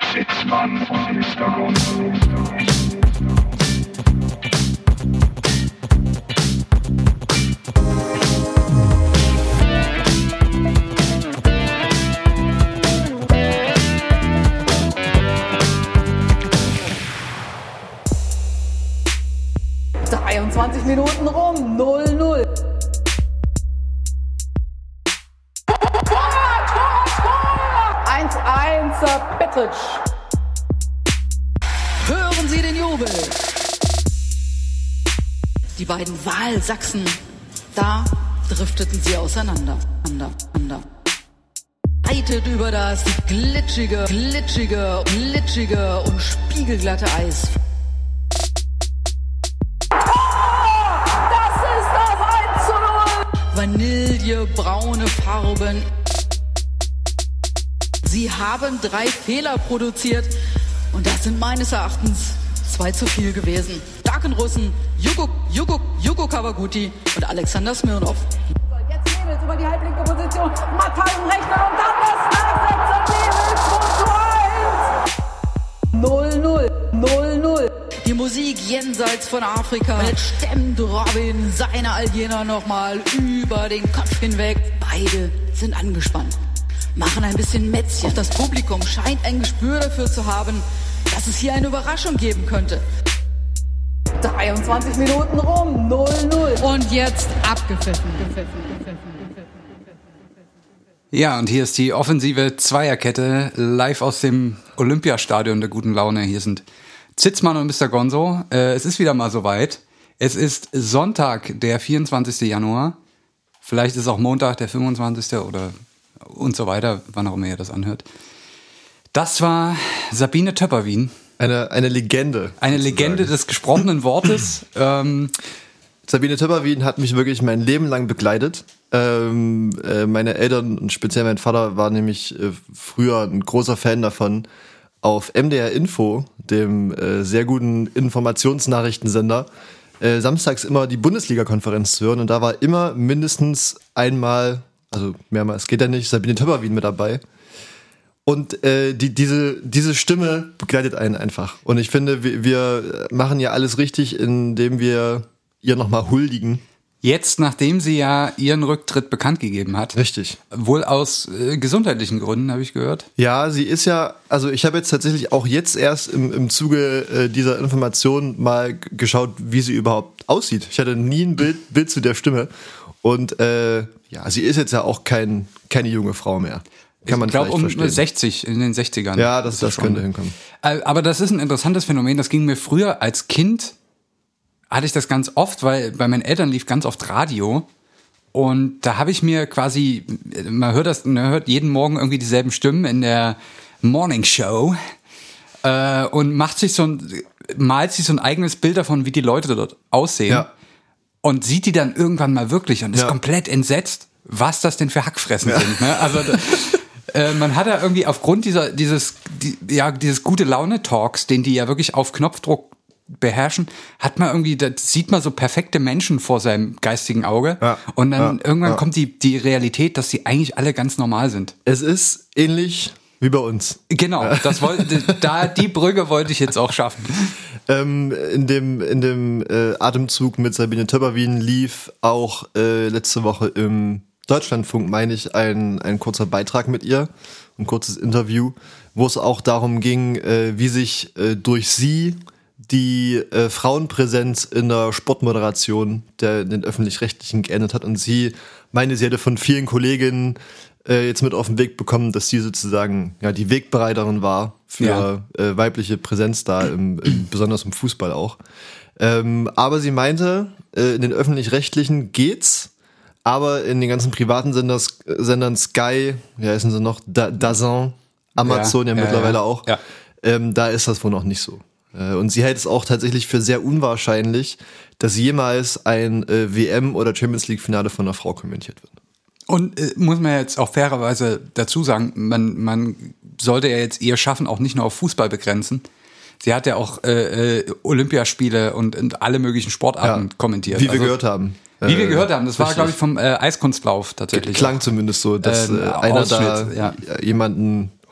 Sitzmann und Mr. Gonzo. 23 Minuten rum, 0-0. Tor! 1-1, Petric. Hören Sie den Jubel. Die beiden Wahlsachsen, da drifteten sie auseinander. Reitet über das glitschige und spiegelglatte Eis. Vanillebraune Farben. Sie haben 3 Fehler produziert und das sind meines Erachtens 2 zu viel gewesen. Starken Russen, Yugo Kawaguti und Alexander Smirnov. Jetzt Nebels über die halblinke Position. Mattheim rechnet und dann das Nachsetzen. Nebels 2-1. 0-0. Die Musik jenseits von Afrika. Jetzt stemmt Robin seine Aljener nochmal über den Kopf hinweg. Beide sind angespannt, machen ein bisschen Mätzchen. Das Publikum scheint ein Gespür dafür zu haben, dass es hier eine Überraschung geben könnte. 23 Minuten rum, 0-0. Und jetzt abgepfiffen. Ja, und hier ist die offensive Zweierkette live aus dem Olympiastadion der guten Laune. Hier sind Zitzmann und Mr. Gonzo. Es ist wieder mal soweit. Es ist Sonntag, der 24. Januar. Vielleicht ist es auch Montag, der 25. oder und so weiter, wann auch immer ihr das anhört. Das war Sabine Töpperwien. Eine Legende. Eine Legende des gesprochenen Wortes. Sabine Töpperwien hat mich wirklich mein Leben lang begleitet. Meine Eltern und speziell mein Vater war nämlich früher ein großer Fan davon, auf MDR Info, dem sehr guten Informationsnachrichtensender, samstags immer die Bundesliga-Konferenz zu hören. Und da war immer mindestens einmal, also mehrmals geht ja nicht, Sabine Töpperwien mit dabei. Und diese Stimme begleitet einen einfach. Und ich finde, wir machen ja alles richtig, indem wir ihr nochmal huldigen. Jetzt, nachdem sie ja ihren Rücktritt bekannt gegeben hat. Richtig. Wohl aus gesundheitlichen Gründen, habe ich gehört. Ja, sie ist ja, also ich habe jetzt tatsächlich auch jetzt erst im Zuge dieser Information mal geschaut, wie sie überhaupt aussieht. Ich hatte nie ein Bild zu der Stimme. Und ja, sie ist jetzt ja auch keine junge Frau mehr. Kann man vielleicht verstehen. Ich glaube 60, in den 60ern. Ja, das könnte hinkommen. Aber das ist ein interessantes Phänomen. Das ging mir früher als Kind, hatte ich das ganz oft, weil bei meinen Eltern lief ganz oft Radio. Und da habe ich mir quasi, man hört jeden Morgen irgendwie dieselben Stimmen in der Morning Show und malt sich so ein eigenes Bild davon, wie die Leute dort aussehen. Ja. Und sieht die dann irgendwann mal wirklich und ist komplett entsetzt, was das denn für Hackfressen sind. Ne? Also man hat ja irgendwie aufgrund dieses gute Laune-Talks, den die ja wirklich auf Knopfdruck beherrschen, hat man irgendwie, da sieht man so perfekte Menschen vor seinem geistigen Auge und dann irgendwann kommt die Realität, dass sie eigentlich alle ganz normal sind. Es ist ähnlich wie bei uns. Genau, die Brücke wollte ich jetzt auch schaffen. In dem Atemzug mit Sabine Töpperwien lief auch letzte Woche im Deutschlandfunk, meine ich, ein kurzer Beitrag mit ihr, ein kurzes Interview, wo es auch darum ging, wie sich durch sie die Frauenpräsenz in der Sportmoderation in den Öffentlich-Rechtlichen geändert hat. Und sie hätte von vielen Kolleginnen jetzt mit auf den Weg bekommen, dass sie sozusagen die Wegbereiterin war für weibliche Präsenz da, besonders im Fußball auch. Aber sie meinte, in den Öffentlich-Rechtlichen geht's, aber in den ganzen privaten Sendern Sky, wie heißen sie noch, DAZN, Amazon mittlerweile auch, da ist das wohl noch nicht so. Und sie hält es auch tatsächlich für sehr unwahrscheinlich, dass jemals ein WM- oder Champions-League-Finale von einer Frau kommentiert wird. Und muss man jetzt auch fairerweise dazu sagen, man sollte ja jetzt ihr Schaffen auch nicht nur auf Fußball begrenzen. Sie hat ja auch Olympiaspiele und alle möglichen Sportarten kommentiert. Wie wir gehört haben. Wie wir gehört haben. Das war, glaube ich, vom Eiskunstlauf tatsächlich. Klang zumindest so, dass einer da jemanden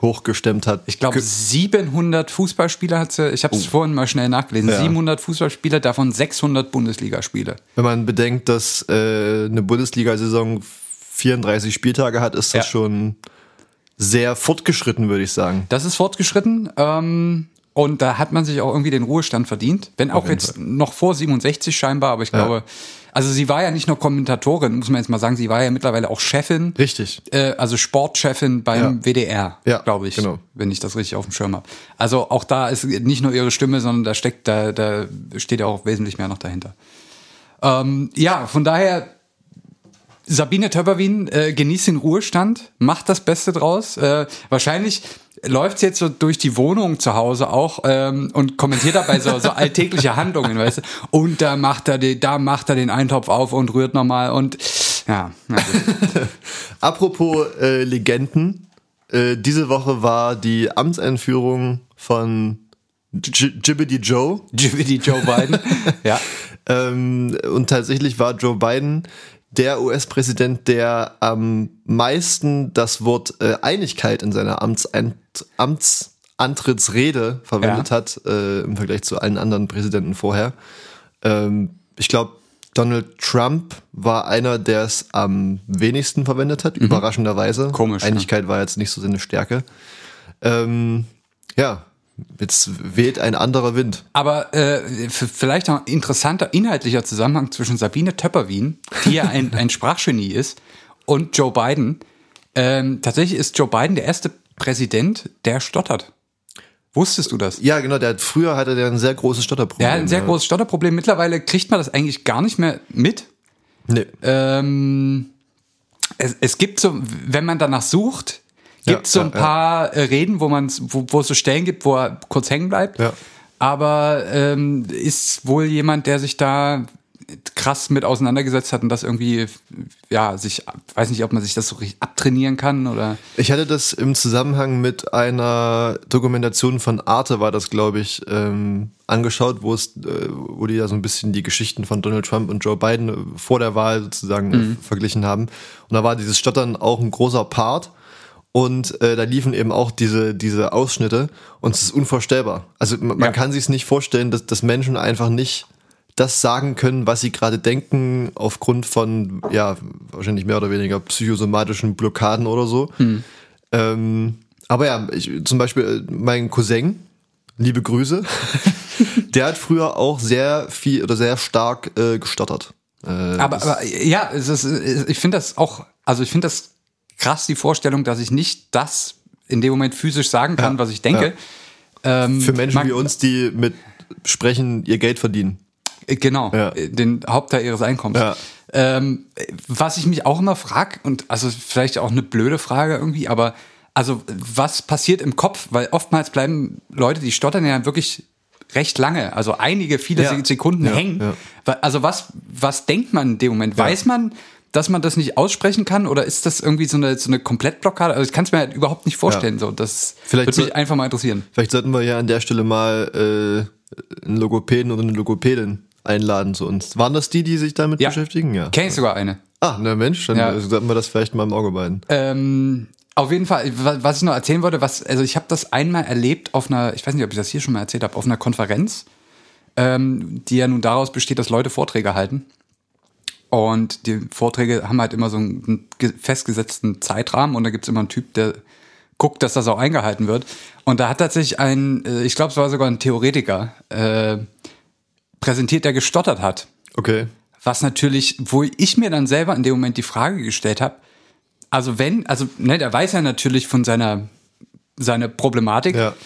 hochgestemmt hat. Ich glaube, 700 Fußballspieler hat sie, ich habe es vorhin mal schnell nachgelesen, 700 Fußballspieler, davon 600 Bundesligaspiele. Wenn man bedenkt, dass eine Bundesliga-Saison 34 Spieltage hat, ist das schon sehr fortgeschritten, würde ich sagen. Das ist fortgeschritten und da hat man sich auch irgendwie den Ruhestand verdient, wenn auch jetzt noch vor 67 scheinbar, aber ich glaube, also sie war ja nicht nur Kommentatorin, muss man jetzt mal sagen, sie war ja mittlerweile auch Chefin. Richtig. Also Sportchefin beim WDR, glaube ich, genau. Wenn ich das richtig auf dem Schirm habe. Also auch da ist nicht nur ihre Stimme, sondern da steht ja auch wesentlich mehr noch dahinter. Von daher, Sabine Töpperwien genießt den Ruhestand, macht das Beste draus. Wahrscheinlich läuft sie jetzt so durch die Wohnung zu Hause auch und kommentiert dabei so alltägliche Handlungen, weißt du. Und da macht er den Eintopf auf und rührt nochmal und ja. Apropos Legenden, diese Woche war die Amtseinführung von Jibbity Joe. Jibbity Joe Biden, ja. Und tatsächlich war Joe Biden der US-Präsident, der am meisten das Wort Einigkeit in seiner Amtsantrittsrede verwendet hat, im Vergleich zu allen anderen Präsidenten vorher. Ich glaube, Donald Trump war einer, der es am wenigsten verwendet hat, überraschenderweise. Komisch. Einigkeit war jetzt nicht so seine Stärke. Jetzt weht ein anderer Wind. Aber vielleicht noch ein interessanter inhaltlicher Zusammenhang zwischen Sabine Töpperwien, die ja ein Sprachgenie ist, und Joe Biden. Tatsächlich ist Joe Biden der erste Präsident, der stottert. Wusstest du das? Ja, genau. Früher hatte der ein sehr großes Stotterproblem. Ja, ein sehr großes Stotterproblem. Mittlerweile kriegt man das eigentlich gar nicht mehr mit. Nee. Es gibt so, wenn man danach sucht, gibt es so ein paar Reden, wo es so Stellen gibt, wo er kurz hängen bleibt. Ja. Aber ist wohl jemand, der sich da krass mit auseinandergesetzt hat und das irgendwie, weiß nicht, ob man sich das so richtig abtrainieren kann oder. Ich hatte das im Zusammenhang mit einer Dokumentation von Arte, war das, glaube ich, angeschaut, wo die da so ein bisschen die Geschichten von Donald Trump und Joe Biden vor der Wahl sozusagen verglichen haben. Und da war dieses Stottern auch ein großer Part. Und da liefen eben auch diese Ausschnitte und es ist unvorstellbar. Also man kann sich es nicht vorstellen, dass Menschen einfach nicht das sagen können, was sie gerade denken, aufgrund von, wahrscheinlich mehr oder weniger psychosomatischen Blockaden oder so. Aber zum Beispiel mein Cousin, liebe Grüße, der hat früher auch sehr viel oder sehr stark gestottert. Ich finde das auch, ich finde das krass, die Vorstellung, dass ich nicht das in dem Moment physisch sagen kann, was ich denke. Ja. Für Menschen wie uns, die mit Sprechen ihr Geld verdienen. Genau, den Hauptteil ihres Einkommens. Ja. Was ich mich auch immer frage, und also vielleicht auch eine blöde Frage irgendwie, aber also was passiert im Kopf? Weil oftmals bleiben Leute, die stottern ja wirklich recht lange, also viele Sekunden hängen. Ja. Also was denkt man in dem Moment? Weiß man, dass man das nicht aussprechen kann, oder ist das irgendwie so eine Komplettblockade? Also ich kann es mir halt überhaupt nicht vorstellen. So, das würde mich einfach mal interessieren. Vielleicht sollten wir ja an der Stelle mal einen Logopäden oder eine Logopädin einladen zu uns. Waren das die sich damit beschäftigen? Ja. Kenn ich sogar eine. Ah, na Mensch, dann sollten wir das vielleicht mal im Auge behalten. Auf jeden Fall, was ich noch erzählen wollte, ich habe das einmal erlebt auf einer, ich weiß nicht, ob ich das hier schon mal erzählt habe, auf einer Konferenz, die ja nun daraus besteht, dass Leute Vorträge halten. Und die Vorträge haben halt immer so einen festgesetzten Zeitrahmen und da gibt's immer einen Typ, der guckt, dass das auch eingehalten wird. Und da hat tatsächlich ich glaube, es war sogar ein Theoretiker, präsentiert, der gestottert hat. Okay. Was natürlich, wo ich mir dann selber in dem Moment die Frage gestellt habe, der weiß ja natürlich von seiner Problematik. Ja.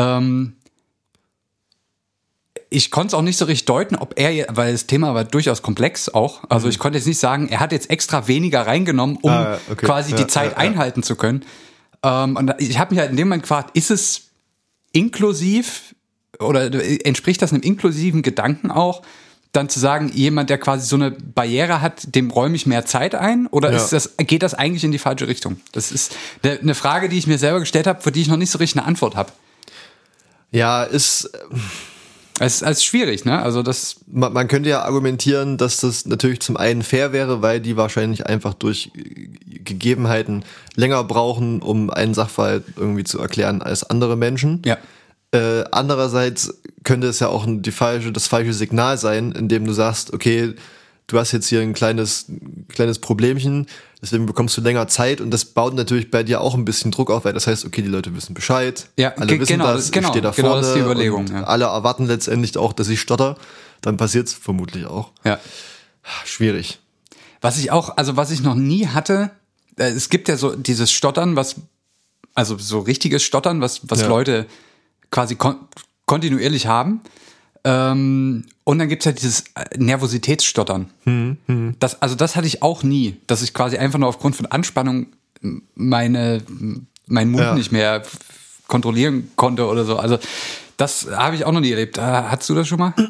Ich konnte es auch nicht so richtig deuten, weil das Thema war durchaus komplex auch. Also ich konnte jetzt nicht sagen, er hat jetzt extra weniger reingenommen, um quasi die Zeit einhalten zu können. Und ich habe mich halt in dem Moment gefragt, ist es inklusiv oder entspricht das einem inklusiven Gedanken auch, dann zu sagen, jemand, der quasi so eine Barriere hat, dem räume ich mehr Zeit ein? Oder geht das eigentlich in die falsche Richtung? Das ist eine Frage, die ich mir selber gestellt habe, für die ich noch nicht so richtig eine Antwort habe. Ja, Es ist schwierig, ne? Also das. Man könnte ja argumentieren, dass das natürlich zum einen fair wäre, weil die wahrscheinlich einfach durch Gegebenheiten länger brauchen, um einen Sachverhalt irgendwie zu erklären als andere Menschen. Ja. Andererseits könnte es ja auch das falsche Signal sein, indem du sagst, okay, du hast jetzt hier ein kleines Problemchen, deswegen bekommst du länger Zeit und das baut natürlich bei dir auch ein bisschen Druck auf, weil das heißt, okay, die Leute wissen Bescheid, ja, alle wissen das, ich stehe da vorne, das ist die Überlegung, und ja. alle erwarten letztendlich auch, dass ich stotter, dann passiert es vermutlich auch. Ja. Schwierig. Was ich noch nie hatte, es gibt ja so dieses Stottern, also so richtiges Stottern, was Ja. Leute quasi kontinuierlich haben. Und dann gibt's ja dieses Nervositätsstottern. Das hatte ich auch nie, dass ich quasi einfach nur aufgrund von Anspannung meinen Mund nicht mehr kontrollieren konnte oder so. Also das habe ich auch noch nie erlebt. Hattest du das schon mal?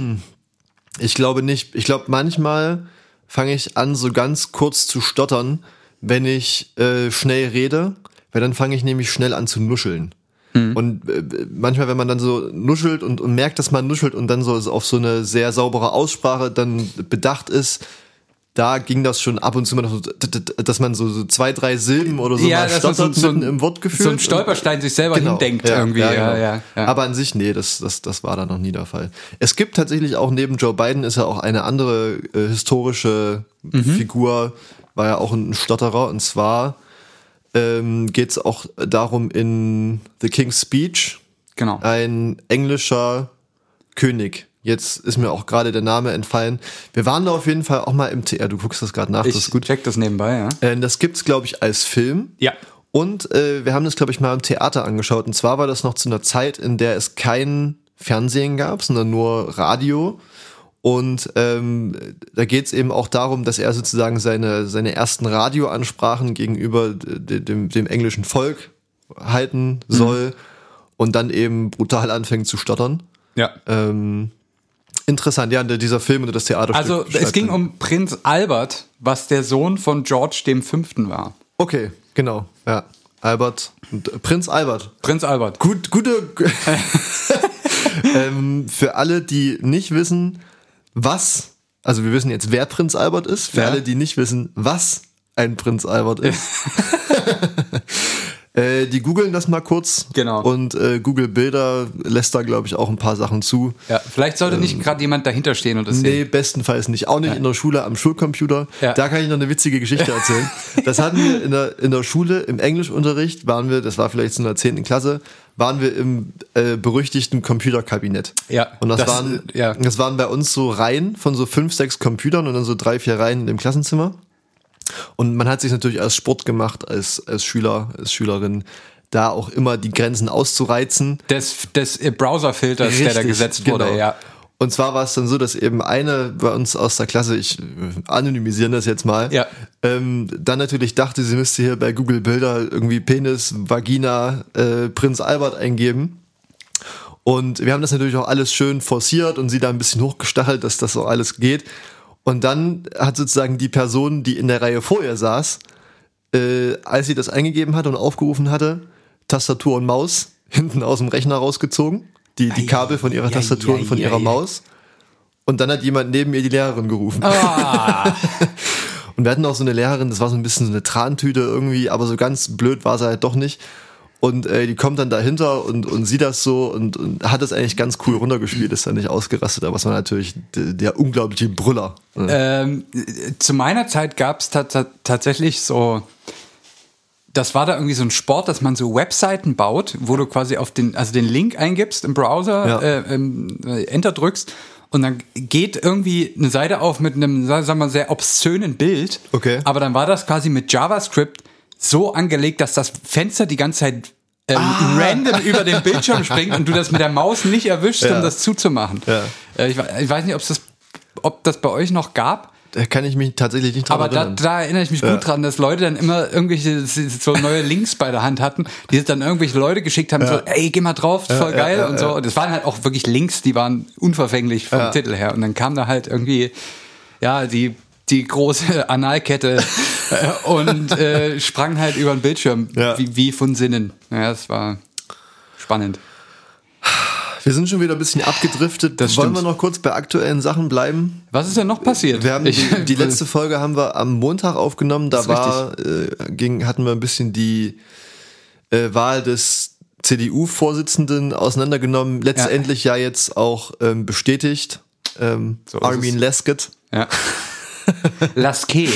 Ich glaube nicht. Ich glaube, manchmal fange ich an, so ganz kurz zu stottern, wenn ich schnell rede, weil dann fange ich nämlich schnell an zu nuscheln. Und manchmal, wenn man dann so nuschelt und merkt, dass man nuschelt und dann so auf so eine sehr saubere Aussprache dann bedacht ist, da ging das schon ab und zu mal noch so, dass man so 2, 3 Silben oder so mal stottert mitten im Wortgefühl. So ein Stolperstein sich selber hindenkt irgendwie. Genau. Ja. Aber an sich, nee, das war da noch nie der Fall. Es gibt tatsächlich auch neben Joe Biden ist ja auch eine andere historische Figur, war ja auch ein Stotterer, und zwar geht es auch darum in The King's Speech, Genau. ein englischer König. Jetzt ist mir auch gerade der Name entfallen. Wir waren da auf jeden Fall auch mal im Theater. Du guckst das gerade nach, das ist gut. Ich check das nebenbei, ja. Das gibt's, glaube ich, als Film. Ja. Und wir haben das, glaube ich, mal im Theater angeschaut. Und zwar war das noch zu einer Zeit, in der es kein Fernsehen gab, sondern nur Radio. Und da geht es eben auch darum, dass er sozusagen seine ersten Radioansprachen gegenüber dem englischen Volk halten soll und dann eben brutal anfängt zu stottern. Ja. Interessant, ja, dieser Film oder das Theaterstück. Also es ging um Prinz Albert, was der Sohn von George V. war. Okay, genau, ja. Prinz Albert. Prinz Albert. Gute. Für alle, die nicht wissen, also wir wissen jetzt, wer Prinz Albert ist. Für alle, die nicht wissen, was ein Prinz Albert ist. Die googeln das mal kurz. Genau. Und Google Bilder lässt da, glaube ich, auch ein paar Sachen zu. Ja, vielleicht sollte nicht gerade jemand dahinter stehen und das Nee, sehen. bestenfalls nicht. Auch nicht in der Schule am Schulcomputer. Ja. Da kann ich noch eine witzige Geschichte erzählen. Das hatten wir in der Schule, im Englischunterricht das war vielleicht so in der 10. Klasse, waren wir im berüchtigten Computerkabinett. Ja. Und das waren bei uns so Reihen von so 5, 6 Computern und dann so 3, 4 Reihen in dem Klassenzimmer. Und man hat sich natürlich als Sport gemacht, als Schüler, als Schülerin, da auch immer die Grenzen auszureizen. Des Browserfilters, der da gesetzt wurde, genau. ja. Und zwar war es dann so, dass eben eine bei uns aus der Klasse, ich anonymisieren das jetzt mal, dann natürlich dachte, sie müsste hier bei Google Bilder irgendwie Penis, Vagina, Prinz Albert eingeben. Und wir haben das natürlich auch alles schön forciert und sie da ein bisschen hochgestachelt, dass das so alles geht. Und dann hat sozusagen die Person, die in der Reihe vor ihr saß, als sie das eingegeben hatte und aufgerufen hatte, Tastatur und Maus hinten aus dem Rechner rausgezogen, die Kabel von ihrer Tastatur und von ihrer Maus. Und dann hat jemand neben ihr die Lehrerin gerufen. Ah. Und wir hatten auch so eine Lehrerin, das war so ein bisschen so eine Trantüte irgendwie, aber so ganz blöd war sie halt doch nicht. Und die kommt dann dahinter und sieht das so und hat das eigentlich ganz cool runtergespielt, ist dann nicht ausgerastet, aber es war natürlich der unglaubliche Brüller. Zu meiner Zeit gab es tatsächlich so, das war da irgendwie so ein Sport, dass man so Webseiten baut, wo du quasi den Link eingibst im Browser, Enter drückst und dann geht irgendwie eine Seite auf mit einem, sagen wir mal, sehr obszönen Bild. Okay. Aber dann war das quasi mit JavaScript so angelegt, dass das Fenster die ganze Zeit random über den Bildschirm springt und du das mit der Maus nicht erwischst, um das zuzumachen. Ja. Ich weiß nicht, ob das bei euch noch gab. Da kann ich mich tatsächlich nicht dran erinnern. Aber da erinnere ich mich gut dran, dass Leute dann immer irgendwelche so neue Links bei der Hand hatten, die dann irgendwelche Leute geschickt haben, so, ey, geh mal drauf, voll geil und so. Und das waren halt auch wirklich Links, die waren unverfänglich vom Titel her. Und dann kam da halt irgendwie, die große Analkette und sprang halt über den Bildschirm, wie von Sinnen. Ja, das war spannend. Wir sind schon wieder ein bisschen abgedriftet. Das Wollen stimmt. wir noch kurz bei aktuellen Sachen bleiben? Was ist denn noch passiert? Wir haben die letzte Folge haben wir am Montag aufgenommen. Da Das ist hatten wir ein bisschen die Wahl des CDU-Vorsitzenden auseinandergenommen. Letztendlich ja jetzt auch bestätigt. So ist Armin es. Laschet. Ja. Lasquet.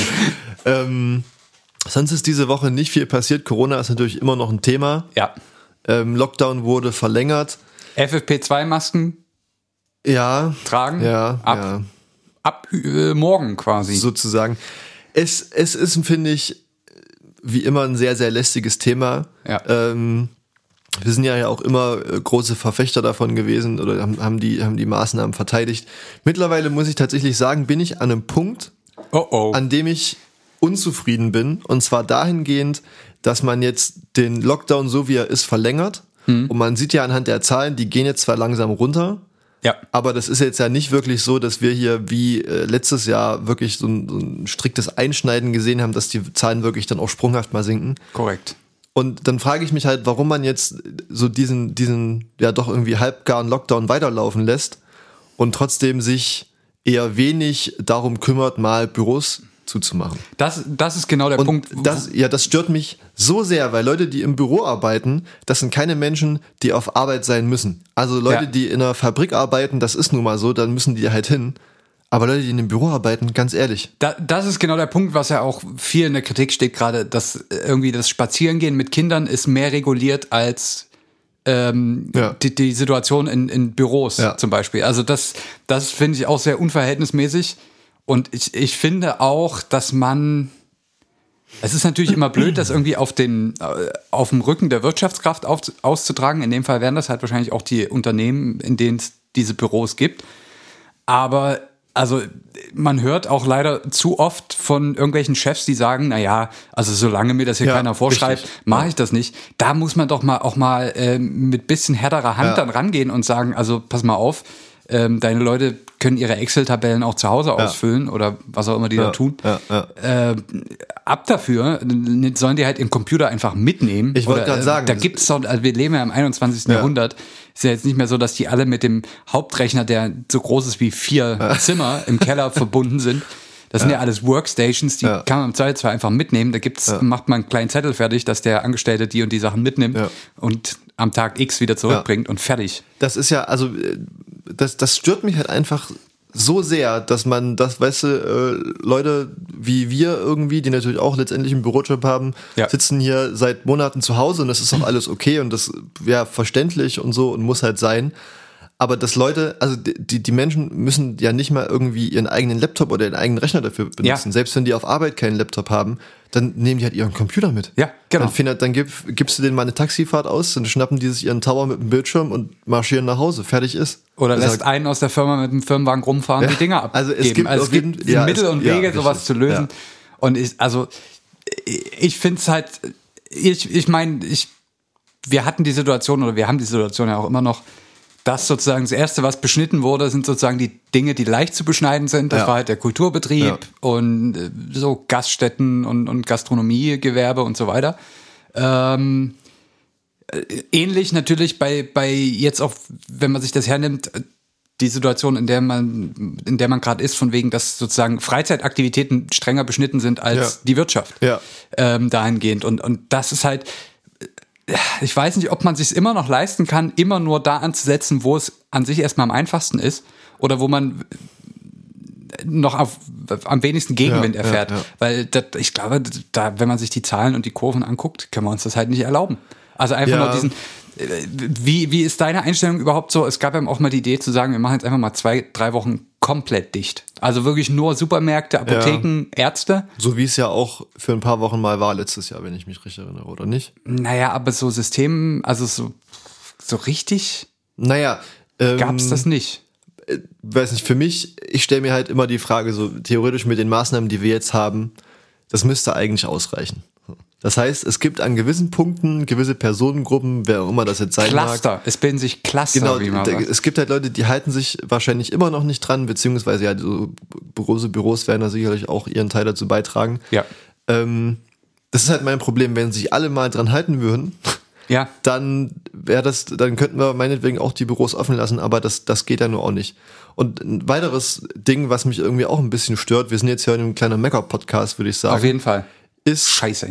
Sonst ist diese Woche nicht viel passiert. Corona ist natürlich immer noch ein Thema. Ja. Lockdown wurde verlängert. FFP2-Masken Ja. tragen. Ja. Ab morgen quasi. Sozusagen. Es ist, finde ich, wie immer ein sehr, sehr lästiges Thema. Ja. Wir sind ja auch immer große Verfechter davon gewesen oder haben die Maßnahmen verteidigt. Mittlerweile muss ich tatsächlich sagen, bin ich an einem Punkt, Oh. an dem ich unzufrieden bin. Und zwar dahingehend, dass man jetzt den Lockdown so wie er ist verlängert. Und man sieht ja anhand der Zahlen, die gehen jetzt zwar langsam runter, Ja. aber das ist jetzt ja nicht wirklich so, dass wir hier wie letztes Jahr wirklich so ein striktes Einschneiden gesehen haben, dass die Zahlen wirklich dann auch sprunghaft mal sinken. Korrekt. Und dann frage ich mich halt, warum man jetzt so diesen ja doch irgendwie halbgaren Lockdown weiterlaufen lässt und trotzdem sich eher wenig darum kümmert, mal Büros zuzumachen. Das ist genau der Und Punkt. das stört mich so sehr, weil Leute, die im Büro arbeiten, das sind keine Menschen, die auf Arbeit sein müssen. Also Leute, Ja. die in einer Fabrik arbeiten, das ist nun mal so, dann müssen die halt hin. Aber Leute, die in einem Büro arbeiten, ganz ehrlich. Das ist genau der Punkt, was ja auch viel in der Kritik steht gerade, dass irgendwie das Spazierengehen mit Kindern ist mehr reguliert als die Situation in Büros zum Beispiel. Also das finde ich auch sehr unverhältnismäßig. Und ich finde auch, dass es ist natürlich immer blöd, das irgendwie auf dem Rücken der Wirtschaftskraft auszutragen. In dem Fall wären das halt wahrscheinlich auch die Unternehmen, in denen es diese Büros gibt. Aber also man hört auch leider zu oft von irgendwelchen Chefs, die sagen, naja, also solange mir das hier keiner vorschreibt, mache ich das nicht. Da muss man doch auch mal mit bisschen härterer Hand dann rangehen und sagen, also pass mal auf, deine Leute können ihre Excel-Tabellen auch zu Hause ausfüllen oder was auch immer die da tun. Ab dafür sollen die halt ihren Computer einfach mitnehmen. Ich wollte gerade sagen. Da gibt's doch, also wir leben ja im 21. Jahrhundert. Ist ja jetzt nicht mehr so, dass die alle mit dem Hauptrechner, der so groß ist wie 4 Zimmer im Keller verbunden sind. Das sind ja alles Workstations, die kann man im Zweifelsfall einfach mitnehmen. Da macht man einen kleinen Zettel fertig, dass der Angestellte die und die Sachen mitnimmt und am Tag X wieder zurückbringt und fertig. Das ist ja, also das stört mich halt einfach so sehr, dass man das, weißt du, Leute wie wir irgendwie, die natürlich auch letztendlich einen Bürojob haben, sitzen hier seit Monaten zu Hause und das ist auch alles okay und das wäre verständlich und so und muss halt sein. Aber dass Leute, also die Menschen müssen ja nicht mal irgendwie ihren eigenen Laptop oder ihren eigenen Rechner dafür benutzen. Ja. Selbst wenn die auf Arbeit keinen Laptop haben, dann nehmen die halt ihren Computer mit. Ja, genau. Dann gibst du denen mal eine Taxifahrt aus, dann schnappen die sich ihren Tower mit dem Bildschirm und marschieren nach Hause. Fertig ist. Oder also lässt einen aus der Firma mit dem Firmenwagen rumfahren, die Dinger abgeben. Also es gibt Mittel und Wege, sowas richtig. zu lösen. Ja. Und ich finde es halt, ich meine, wir hatten die Situation, oder wir haben die Situation ja auch immer noch, dass sozusagen das Erste, was beschnitten wurde, sind sozusagen die Dinge, die leicht zu beschneiden sind. Das war halt der Kulturbetrieb und so Gaststätten und Gastronomiegewerbe und so weiter. Ähnlich natürlich bei jetzt auch, wenn man sich das hernimmt, die Situation, in der man gerade ist, von wegen, dass sozusagen Freizeitaktivitäten strenger beschnitten sind als die Wirtschaft dahingehend. Und das ist halt, ich weiß nicht, ob man sich immer noch leisten kann, immer nur da anzusetzen, wo es an sich erstmal am einfachsten ist oder wo man noch am wenigsten Gegenwind erfährt. Weil ich glaube, wenn man sich die Zahlen und die Kurven anguckt, können wir uns das halt nicht erlauben. Also einfach nur diesen, wie ist deine Einstellung überhaupt so? Es gab ja auch mal die Idee zu sagen, wir machen jetzt einfach mal 2-3 Wochen komplett dicht. Also wirklich nur Supermärkte, Apotheken, Ärzte. So wie es ja auch für ein paar Wochen mal war letztes Jahr, wenn ich mich richtig erinnere, oder nicht? Naja, aber so System, also so richtig gab's das nicht. Weiß nicht, für mich, ich stelle mir halt immer die Frage, so theoretisch mit den Maßnahmen, die wir jetzt haben, das müsste eigentlich ausreichen. Das heißt, es gibt an gewissen Punkten gewisse Personengruppen, wer auch immer das jetzt sein mag. Cluster, es bilden sich Cluster, genau, wie man sagt. Es gibt halt Leute, die halten sich wahrscheinlich immer noch nicht dran, beziehungsweise ja, so große Büros werden da sicherlich auch ihren Teil dazu beitragen. Ja. Das ist halt mein Problem, wenn sich alle mal dran halten würden Ja. dann könnten wir meinetwegen auch die Büros offen lassen, aber das geht ja nur auch nicht. Und ein weiteres Ding, was mich irgendwie auch ein bisschen stört, wir sind jetzt ja in einem kleinen Mecker-Podcast, würde ich sagen. Auf jeden Fall. Ist, Scheiße.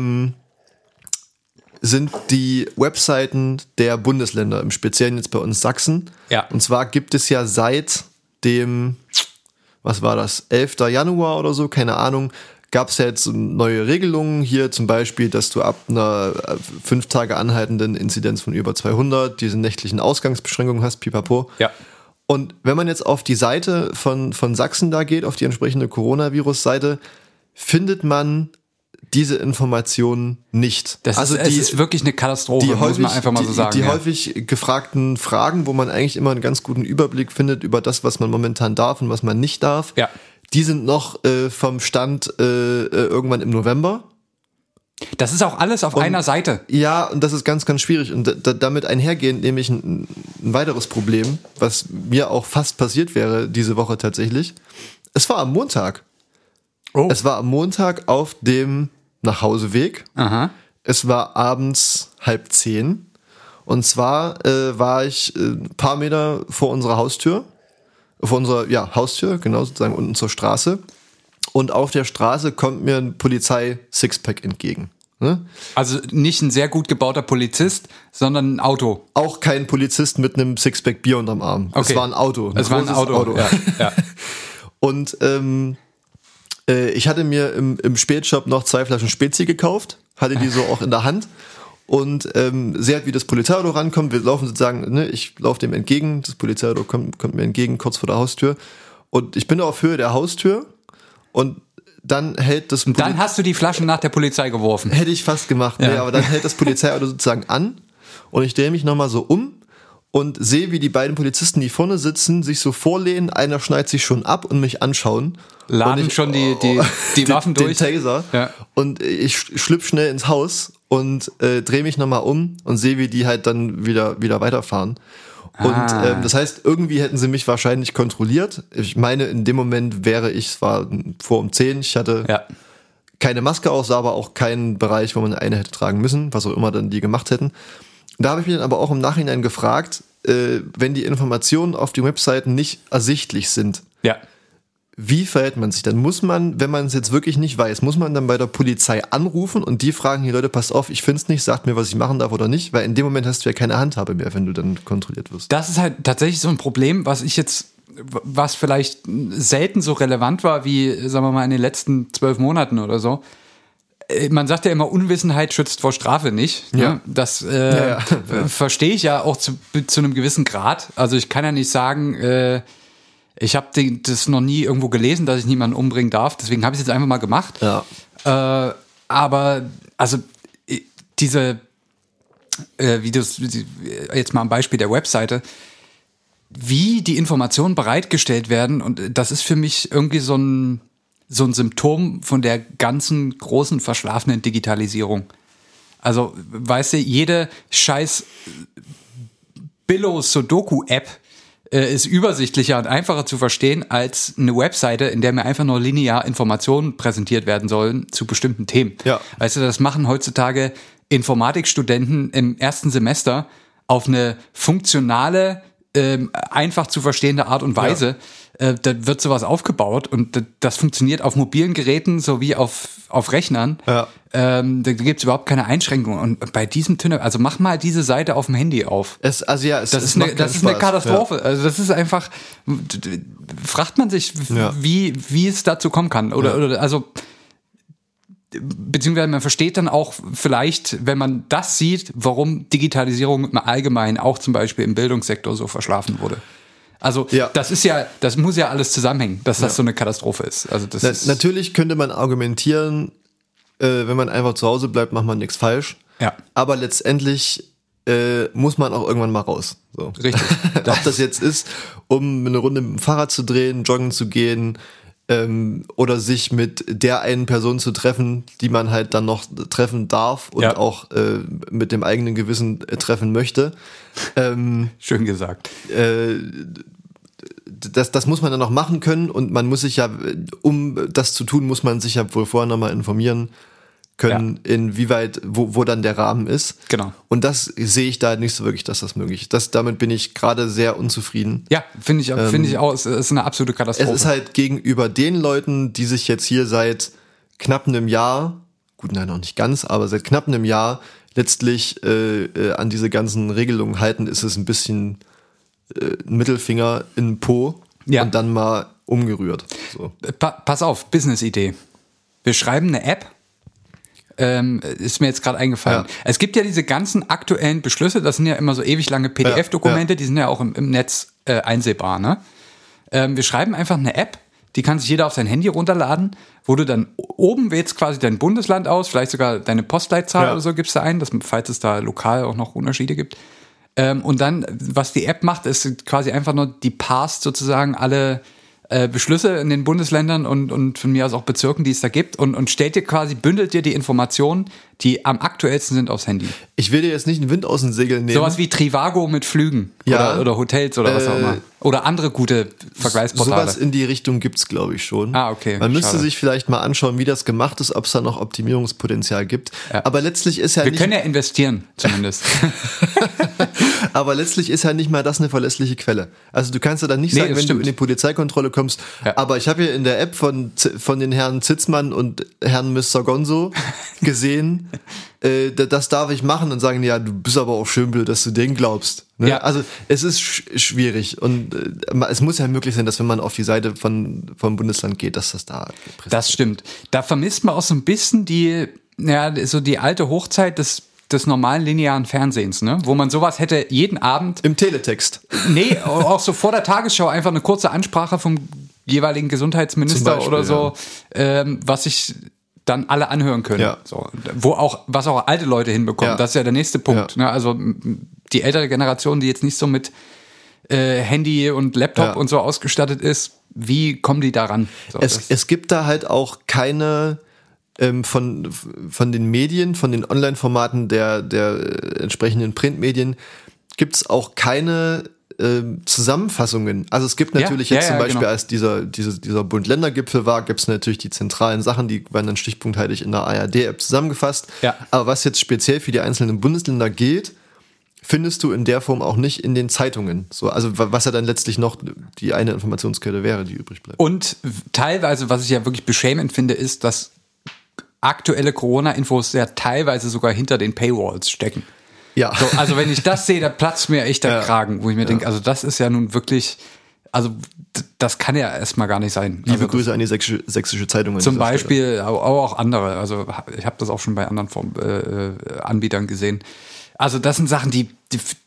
sind die Webseiten der Bundesländer, im Speziellen jetzt bei uns Sachsen. Ja. Und zwar gibt es ja seit dem, was war das, 11. Januar oder so, keine Ahnung, gab es ja jetzt neue Regelungen hier, zum Beispiel, dass du ab einer 5 Tage anhaltenden Inzidenz von über 200 diese nächtlichen Ausgangsbeschränkungen hast, pipapo. Ja. Und wenn man jetzt auf die Seite von Sachsen da geht, auf die entsprechende Coronavirus-Seite, findet man diese Informationen nicht. Es ist wirklich eine Katastrophe, muss man einfach mal so sagen. Die häufig gefragten Fragen, wo man eigentlich immer einen ganz guten Überblick findet über das, was man momentan darf und was man nicht darf, Ja. die sind noch vom Stand irgendwann im November. Das ist auch alles auf einer Seite. Ja, und das ist ganz, ganz schwierig. Und damit einhergehend nämlich ein weiteres Problem, was mir auch fast passiert wäre diese Woche tatsächlich. Es war am Montag. Oh. Es war am Montag auf dem Nachhauseweg. Aha. Es war abends 9:30. Und zwar war ich ein paar Meter vor unserer Haustür. Vor unserer Haustür, genau, sozusagen unten zur Straße. Und auf der Straße kommt mir ein Polizei-Sixpack entgegen. Ne? Also nicht ein sehr gut gebauter Polizist, sondern ein Auto. Auch kein Polizist mit einem Sixpack Bier unterm Arm. Okay. Es war ein Auto. Es war ein Auto. Ja, ja. Und ich hatte mir im Spätshop noch 2 Flaschen Spezi gekauft, hatte die so auch in der Hand. Und sehe halt, wie das Polizeiauto rankommt. Wir laufen sozusagen, ne, ich laufe dem entgegen, das Polizeiauto kommt mir entgegen, kurz vor der Haustür. Und ich bin auf Höhe der Haustür und dann hält das Und dann hast du die Flaschen nach der Polizei geworfen. Hätte ich fast gemacht, Ja. nee, aber dann hält das Polizeiauto sozusagen an und ich drehe mich nochmal so um und sehe, wie die beiden Polizisten, die vorne sitzen, sich so vorlehnen, einer schneidet sich schon ab und mich anschauen. Laden und ich, schon die Waffen durch. Den Taser. Ja. Und ich schlüpfe schnell ins Haus und drehe mich nochmal um und sehe, wie die halt dann wieder weiterfahren. Und das heißt, irgendwie hätten sie mich wahrscheinlich kontrolliert. Ich meine, in dem Moment es war vor um 10, ich hatte keine Maske auf, sah aber auch keinen Bereich, wo man eine hätte tragen müssen, was auch immer dann die gemacht hätten. Da habe ich mich dann aber auch im Nachhinein gefragt, wenn die Informationen auf den Webseiten nicht ersichtlich sind, Ja. wie verhält man sich? Dann muss man, wenn man es jetzt wirklich nicht weiß, muss man dann bei der Polizei anrufen und die fragen, hier Leute, passt auf, ich finde es nicht, sagt mir, was ich machen darf oder nicht, weil in dem Moment hast du ja keine Handhabe mehr, wenn du dann kontrolliert wirst. Das ist halt tatsächlich so ein Problem, was vielleicht selten so relevant war wie, sagen wir mal, in den letzten 12 Monaten oder so. Man sagt ja immer, Unwissenheit schützt vor Strafe nicht. Ja. Ne? Das Ja. verstehe ich ja auch zu einem gewissen Grad. Also ich kann ja nicht sagen, ich habe das noch nie irgendwo gelesen, dass ich niemanden umbringen darf. Deswegen habe ich es jetzt einfach mal gemacht. Ja. Aber also diese, wie du jetzt mal am Beispiel der Webseite, wie die Informationen bereitgestellt werden, und das ist für mich irgendwie so ein Symptom von der ganzen großen verschlafenen Digitalisierung. Also, weißt du, jede scheiß Billo-Sudoku-App ist übersichtlicher und einfacher zu verstehen als eine Webseite, in der mir einfach nur linear Informationen präsentiert werden sollen zu bestimmten Themen. Ja. Weißt du, das machen heutzutage Informatikstudenten im ersten Semester auf eine funktionale, einfach zu verstehende Art und Weise. Da wird sowas aufgebaut und das funktioniert auf mobilen Geräten sowie auf Rechnern. Ja. Da gibt's überhaupt keine Einschränkungen. Und bei diesem Tunnel, also mach mal diese Seite auf dem Handy auf. Das ist eine Katastrophe. Ja. Also das ist einfach, fragt man sich, wie es dazu kommen kann. Oder also, beziehungsweise man versteht dann auch vielleicht, wenn man das sieht, warum Digitalisierung im Allgemeinen auch zum Beispiel im Bildungssektor so verschlafen wurde. Also das muss ja alles zusammenhängen, dass das so eine Katastrophe ist. Also Natürlich könnte man argumentieren, wenn man einfach zu Hause bleibt, macht man nichts falsch. Ja. Aber letztendlich muss man auch irgendwann mal raus. So. Richtig. Ob das jetzt ist, um eine Runde mit dem Fahrrad zu drehen, joggen zu gehen, oder sich mit der einen Person zu treffen, die man halt dann noch treffen darf und auch mit dem eigenen Gewissen treffen möchte. Schön gesagt. Das muss man dann noch machen können und man muss sich ja, um das zu tun, muss man sich ja wohl vorher nochmal informieren, können, inwieweit, wo dann der Rahmen ist. Genau. Und das sehe ich da nicht so wirklich, dass das möglich ist. Damit bin ich gerade sehr unzufrieden. Ja, finde ich auch, es ist eine absolute Katastrophe. Es ist halt gegenüber den Leuten, die sich jetzt hier seit knapp einem Jahr, gut, nein, noch nicht ganz, aber seit knapp einem Jahr letztlich an diese ganzen Regelungen halten, ist es ein bisschen Mittelfinger in den Po und dann mal umgerührt. So. Pass auf, Business-Idee. Wir schreiben eine App, ist mir jetzt gerade eingefallen. Ja. Es gibt ja diese ganzen aktuellen Beschlüsse, das sind ja immer so ewig lange PDF-Dokumente, die sind ja auch im Netz einsehbar. Ne? Wir schreiben einfach eine App, die kann sich jeder auf sein Handy runterladen, wo du dann oben wählst quasi dein Bundesland aus, vielleicht sogar deine Postleitzahl oder so gibst du ein, falls es da lokal auch noch Unterschiede gibt. Und dann, was die App macht, ist quasi einfach nur, die parst sozusagen alle Beschlüsse in den Bundesländern und von mir aus auch Bezirken, die es da gibt und stellt dir quasi, bündelt dir die Informationen, die am aktuellsten sind, aufs Handy. Ich will dir jetzt nicht den Wind aus den Segeln nehmen. Sowas wie Trivago mit Flügen oder Hotels oder was auch immer. Oder andere gute Vergleichsportale. Sowas in die Richtung gibt's, glaube ich, schon. Ah, okay. Man müsste sich vielleicht mal anschauen, wie das gemacht ist, ob es da noch Optimierungspotenzial gibt. Ja. Aber letztlich ist ja Wir können ja investieren, zumindest. Aber letztlich ist ja nicht mal das eine verlässliche Quelle. Also du kannst ja dann nicht sagen, wenn du in die Polizeikontrolle kommst, aber ich habe hier in der App von den Herrn Zitzmann und Herrn Mr. Gonzo gesehen, das darf ich machen und sagen, ja, du bist aber auch schön blöd, dass du den glaubst. Ne? Ja. Also es ist schwierig und es muss ja möglich sein, dass wenn man auf die Seite vom Bundesland geht, dass das da präsentiert. Das stimmt. Da vermisst man auch so ein bisschen die alte Hochzeit des normalen linearen Fernsehens, ne? Wo man sowas hätte jeden Abend. Im Teletext. Nee, auch so vor der Tagesschau einfach eine kurze Ansprache vom jeweiligen Gesundheitsminister Beispiel, oder so, was sich dann alle anhören können. Ja. So, was auch alte Leute hinbekommen. Ja. Das ist ja der nächste Punkt. Ne? Also die ältere Generation, die jetzt nicht so mit Handy und Laptop und so ausgestattet ist, wie kommen die daran? So, es gibt da halt auch keine von den Medien, von den Online-Formaten der entsprechenden Printmedien gibt's auch keine Zusammenfassungen. Also es gibt natürlich jetzt zum Beispiel, als dieser Bund-Länder-Gipfel war, gibt's natürlich die zentralen Sachen, die werden dann stichpunktheitig in der ARD-App zusammengefasst. Ja. Aber was jetzt speziell für die einzelnen Bundesländer gilt, findest du in der Form auch nicht in den Zeitungen. So, also was ja dann letztlich noch die eine Informationskette wäre, die übrig bleibt. Und teilweise, was ich ja wirklich beschämend finde, ist, dass aktuelle Corona-Infos ja teilweise sogar hinter den Paywalls stecken. Ja. So, also wenn ich das sehe, da platzt mir echt der Kragen, wo ich mir denke, also das ist ja nun wirklich, also das kann ja erstmal gar nicht sein. Liebe Grüße an die sächsische Zeitung. Zum Beispiel, aber auch andere. Also ich habe das auch schon bei anderen Anbietern gesehen. Also das sind Sachen, die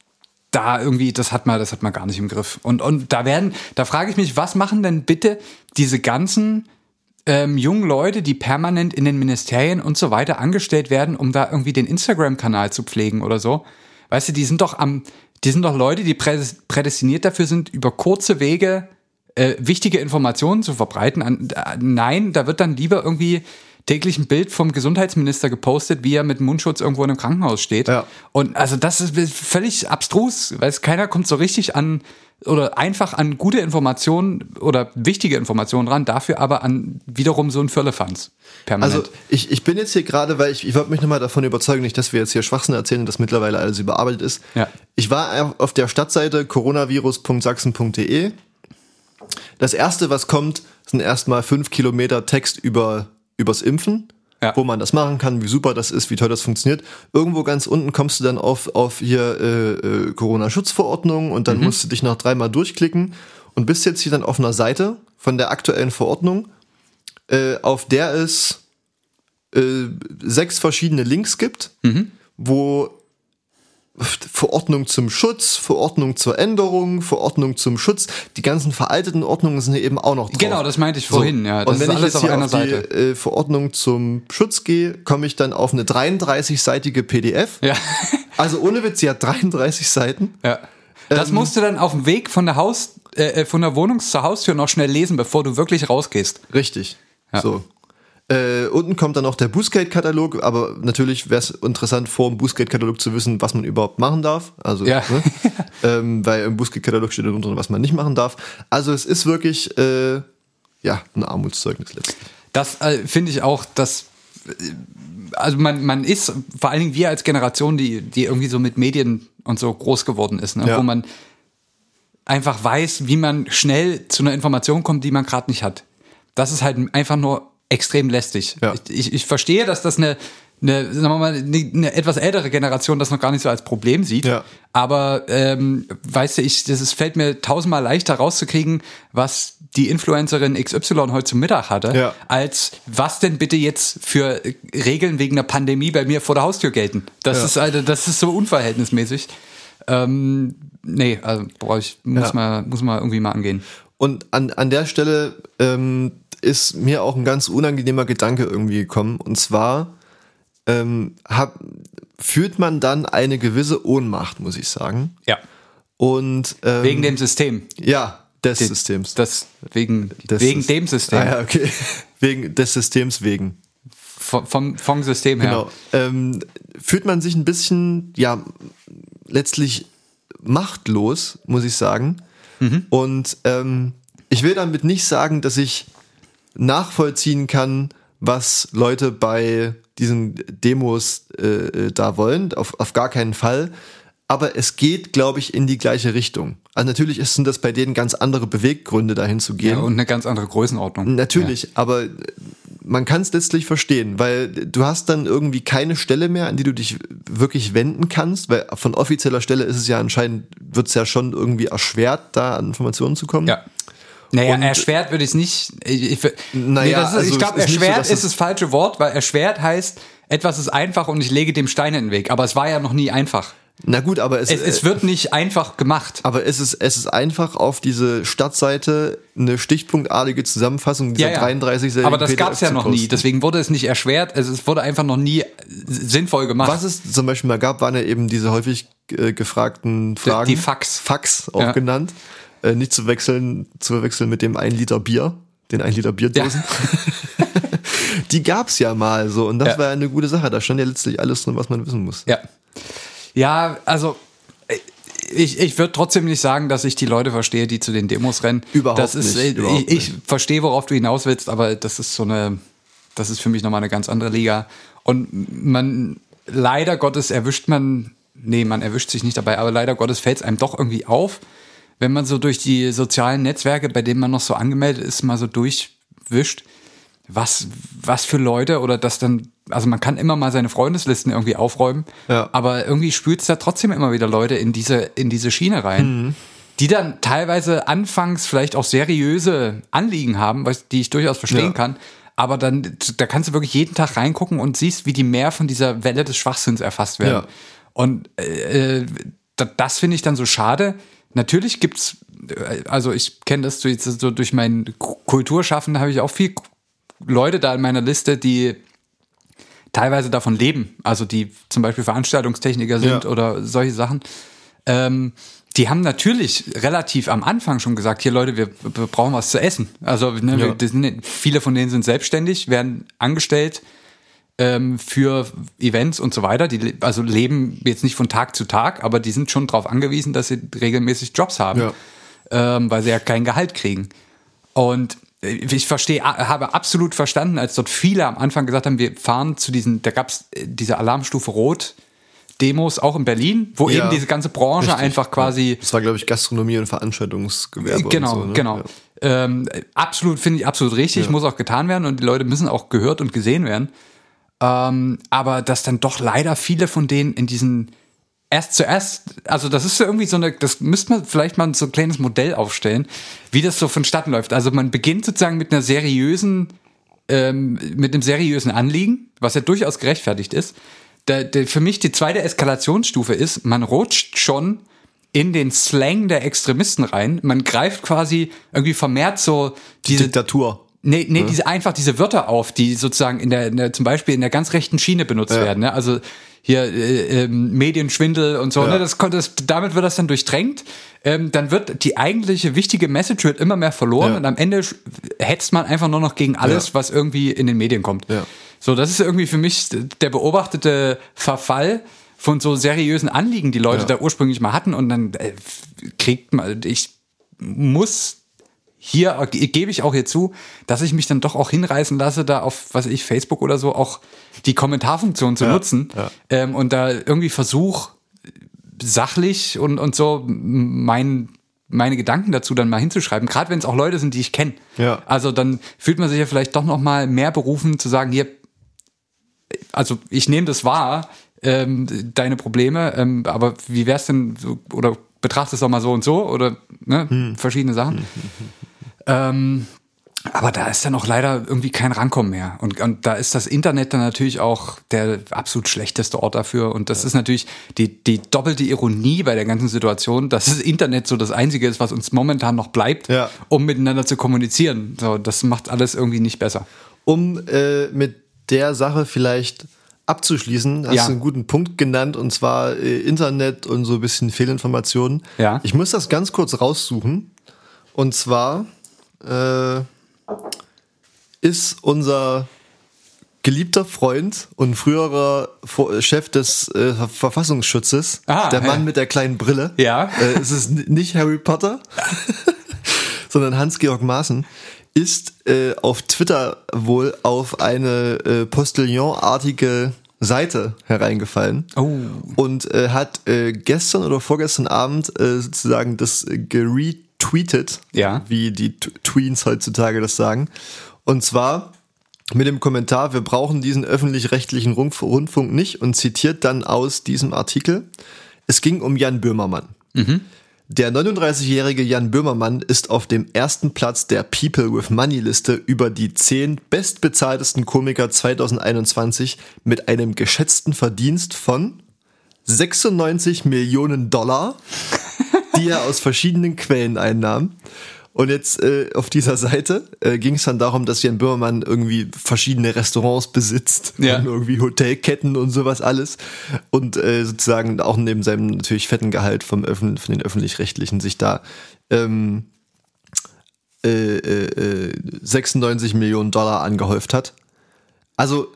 da irgendwie, das hat man gar nicht im Griff. Und da frage ich mich, was machen denn bitte diese ganzen jungen Leute, die permanent in den Ministerien und so weiter angestellt werden, um da irgendwie den Instagram-Kanal zu pflegen oder so. Weißt du, die sind doch Leute, die prädestiniert dafür sind, über kurze Wege wichtige Informationen zu verbreiten. Nein, da wird dann lieber irgendwie täglich ein Bild vom Gesundheitsminister gepostet, wie er mit Mundschutz irgendwo in einem Krankenhaus steht. Ja. Und also das ist völlig abstrus, weil keiner kommt so richtig an oder einfach an gute Informationen oder wichtige Informationen ran, dafür aber an wiederum so ein Firlefanz permanent. Also ich bin jetzt hier gerade, weil ich wollte mich nochmal davon überzeugen, nicht, dass wir jetzt hier Schwachsinn erzählen, dass mittlerweile alles überarbeitet ist. Ja. Ich war auf der Stadtseite coronavirus.sachsen.de. Das erste, was kommt, sind erstmal 5 Kilometer Text übers Impfen. Ja. Wo man das machen kann, wie super das ist, wie toll das funktioniert. Irgendwo ganz unten kommst du dann auf hier Corona-Schutzverordnung und dann musst du dich noch 3-mal durchklicken und bist jetzt hier dann auf einer Seite von der aktuellen Verordnung, auf der es 6 verschiedene Links gibt, wo Verordnung zum Schutz, Verordnung zur Änderung, Verordnung zum Schutz. Die ganzen veralteten Ordnungen sind hier eben auch noch drauf. Genau, das meinte ich vorhin. Ja, das und wenn ist alles ich jetzt hier auf einer Seite. Die Verordnung zum Schutz gehe, komme ich dann auf eine 33-seitige PDF. Ja. Also ohne Witz, sie hat 33 Seiten. Ja. Das musst du dann auf dem Weg von der Wohnung zur Haustür noch schnell lesen, bevor du wirklich rausgehst. Richtig. Ja. So. Unten kommt dann noch der Bußgeldkatalog, aber natürlich wäre es interessant, vor dem Bußgeldkatalog zu wissen, was man überhaupt machen darf. Also, ja. Ne? Weil im Bußgeldkatalog steht dann drunter, was man nicht machen darf. Also es ist wirklich ein Armutszeugnis letztlich. Das finde ich auch, das also man ist, vor allen Dingen wir als Generation, die irgendwie so mit Medien und so groß geworden ist, ne? Wo man einfach weiß, wie man schnell zu einer Information kommt, die man gerade nicht hat. Das ist halt einfach nur extrem lästig. Ja. Ich verstehe, dass das sagen wir mal, eine etwas ältere Generation das noch gar nicht so als Problem sieht. Ja. Aber weißt du, es fällt mir tausendmal leichter rauszukriegen, was die Influencerin XY heute zum Mittag hatte, als was denn bitte jetzt für Regeln wegen der Pandemie bei mir vor der Haustür gelten. Das ist so unverhältnismäßig. Nee, also muss man irgendwie mal angehen. Und an der Stelle ist mir auch ein ganz unangenehmer Gedanke irgendwie gekommen. Und zwar fühlt man dann eine gewisse Ohnmacht, muss ich sagen. Ja. Und wegen dem System. Ja, des Systems. Wegen dem System. Ah ja, okay. Wegen des Systems wegen. Vom System her. Genau. Fühlt man sich ein bisschen, letztlich machtlos, muss ich sagen. Und ich will damit nicht sagen, dass ich nachvollziehen kann, was Leute bei diesen Demos da wollen. Auf gar keinen Fall. Aber es geht, glaube ich, in die gleiche Richtung. Also natürlich sind das bei denen ganz andere Beweggründe, dahin zu gehen. Ja, und eine ganz andere Größenordnung. Natürlich, aber man kann es letztlich verstehen, weil du hast dann irgendwie keine Stelle mehr, an die du dich wirklich wenden kannst, weil von offizieller Stelle ist es ja anscheinend, wird es ja schon irgendwie erschwert, da an Informationen zu kommen. Ja. Naja, erschwert würde ich es nicht. Ich glaube, erschwert ist das falsche Wort, weil erschwert heißt, etwas ist einfach und ich lege dem Steine in den Weg. Aber es war ja noch nie einfach. Na gut, aber es wird nicht einfach gemacht. Aber es ist einfach auf diese Startseite eine stichpunktartige Zusammenfassung dieser 33 Aber das gab es ja noch nie, deswegen wurde es nicht erschwert, es wurde einfach noch nie sinnvoll gemacht. Was es zum Beispiel mal gab, waren ja eben diese häufig gefragten Fragen. Die Fax. Fax auch genannt. Nicht zu verwechseln mit dem 1 Liter Bier, den 1 Liter Bierdosen. Ja. Die gab's ja mal so und das war ja eine gute Sache. Da stand ja letztlich alles drin, was man wissen muss. Ja, also ich würde trotzdem nicht sagen, dass ich die Leute verstehe, die zu den Demos rennen. Überhaupt nicht. Ich verstehe, worauf du hinaus willst, aber das ist für mich nochmal eine ganz andere Liga. Und leider Gottes man erwischt sich nicht dabei, aber leider Gottes fällt es einem doch irgendwie auf, wenn man so durch die sozialen Netzwerke, bei denen man noch so angemeldet ist, mal so durchwischt, was für Leute oder das dann, also man kann immer mal seine Freundeslisten irgendwie aufräumen, aber irgendwie spült es da trotzdem immer wieder Leute in diese Schiene rein, die dann teilweise anfangs vielleicht auch seriöse Anliegen haben, die ich durchaus verstehen kann, aber dann, da kannst du wirklich jeden Tag reingucken und siehst, wie die mehr von dieser Welle des Schwachsinns erfasst werden. Ja. Und das finde ich dann so schade. Natürlich gibt's, also ich kenne das so durch mein Kulturschaffen, habe ich auch viel Leute da in meiner Liste, die teilweise davon leben, also die zum Beispiel Veranstaltungstechniker sind oder solche Sachen. Die haben natürlich relativ am Anfang schon gesagt, hier Leute, wir brauchen was zu essen. Also viele von denen sind selbstständig, werden angestellt für Events und so weiter. Die also leben jetzt nicht von Tag zu Tag, aber die sind schon darauf angewiesen, dass sie regelmäßig Jobs haben, weil sie ja kein Gehalt kriegen. Und ich habe absolut verstanden, als dort viele am Anfang gesagt haben, wir fahren zu da gab es diese Alarmstufe Rot Demos auch in Berlin, wo eben diese ganze Branche einfach quasi... Das war, glaube ich, Gastronomie und Veranstaltungsgewerbe. Genau, und so, ne? Genau. Ja. Finde ich absolut richtig, muss auch getan werden und die Leute müssen auch gehört und gesehen werden. Aber dass dann doch leider viele von denen in diesen also das ist so irgendwie das müsste man vielleicht mal so ein kleines Modell aufstellen, wie das so vonstatten läuft. Also man beginnt sozusagen mit einem seriösen Anliegen, was ja durchaus gerechtfertigt ist. Für mich die zweite Eskalationsstufe ist, man rutscht schon in den Slang der Extremisten rein. Man greift quasi irgendwie vermehrt so diese Diktatur. Diese Wörter auf, die sozusagen zum Beispiel in der ganz rechten Schiene benutzt werden. Ne? Also hier Medienschwindel und so. Ne? Damit wird das dann durchdrängt. Dann wird die eigentliche wichtige Message immer mehr verloren und am Ende hetzt man einfach nur noch gegen alles, was irgendwie in den Medien kommt. Ja. So, das ist irgendwie für mich der beobachtete Verfall von so seriösen Anliegen, die Leute da ursprünglich mal hatten und dann kriegt man, ich muss hier gebe ich auch hier zu, dass ich mich dann doch auch hinreißen lasse, da auf, was weiß ich, Facebook oder so, auch die Kommentarfunktion zu nutzen und da irgendwie versuche, sachlich und so meine Gedanken dazu dann mal hinzuschreiben, gerade wenn es auch Leute sind, die ich kenne. Ja. Also dann fühlt man sich ja vielleicht doch noch mal mehr berufen zu sagen, hier, also ich nehme das wahr, deine Probleme, aber wie wär's denn, oder betrachte es doch mal so und so, oder verschiedene Sachen. Aber da ist dann auch leider irgendwie kein Rankommen mehr. Und da ist das Internet dann natürlich auch der absolut schlechteste Ort dafür. Und das ist natürlich die doppelte Ironie bei der ganzen Situation, dass das Internet so das Einzige ist, was uns momentan noch bleibt, um miteinander zu kommunizieren. So, das macht alles irgendwie nicht besser. Um mit der Sache vielleicht abzuschließen, hast du einen guten Punkt genannt, und zwar Internet und so ein bisschen Fehlinformationen. Ja. Ich muss das ganz kurz raussuchen. Und zwar ist unser geliebter Freund und früherer Chef des Verfassungsschutzes, der Mann mit der kleinen Brille. Ja. Es ist nicht Harry Potter, sondern Hans-Georg Maaßen, ist auf Twitter wohl auf eine Postillon-artige Seite hereingefallen und hat gestern oder vorgestern Abend sozusagen das geretweetet, wie die Tweens heutzutage das sagen. Und zwar mit dem Kommentar: Wir brauchen diesen öffentlich-rechtlichen Rundfunk nicht, und zitiert dann aus diesem Artikel: Es ging um Jan Böhmermann. Der 39-jährige Jan Böhmermann ist auf dem ersten Platz der People with Money Liste über die 10 bestbezahltesten Komiker 2021 mit einem geschätzten Verdienst von 96 Millionen $, die er aus verschiedenen Quellen einnahm. Und jetzt auf dieser Seite ging es dann darum, dass Jan Böhmermann irgendwie verschiedene Restaurants besitzt und irgendwie Hotelketten und sowas alles, und sozusagen auch neben seinem natürlich fetten Gehalt von den Öffentlich-Rechtlichen sich da 96 Millionen $ angehäuft hat. Also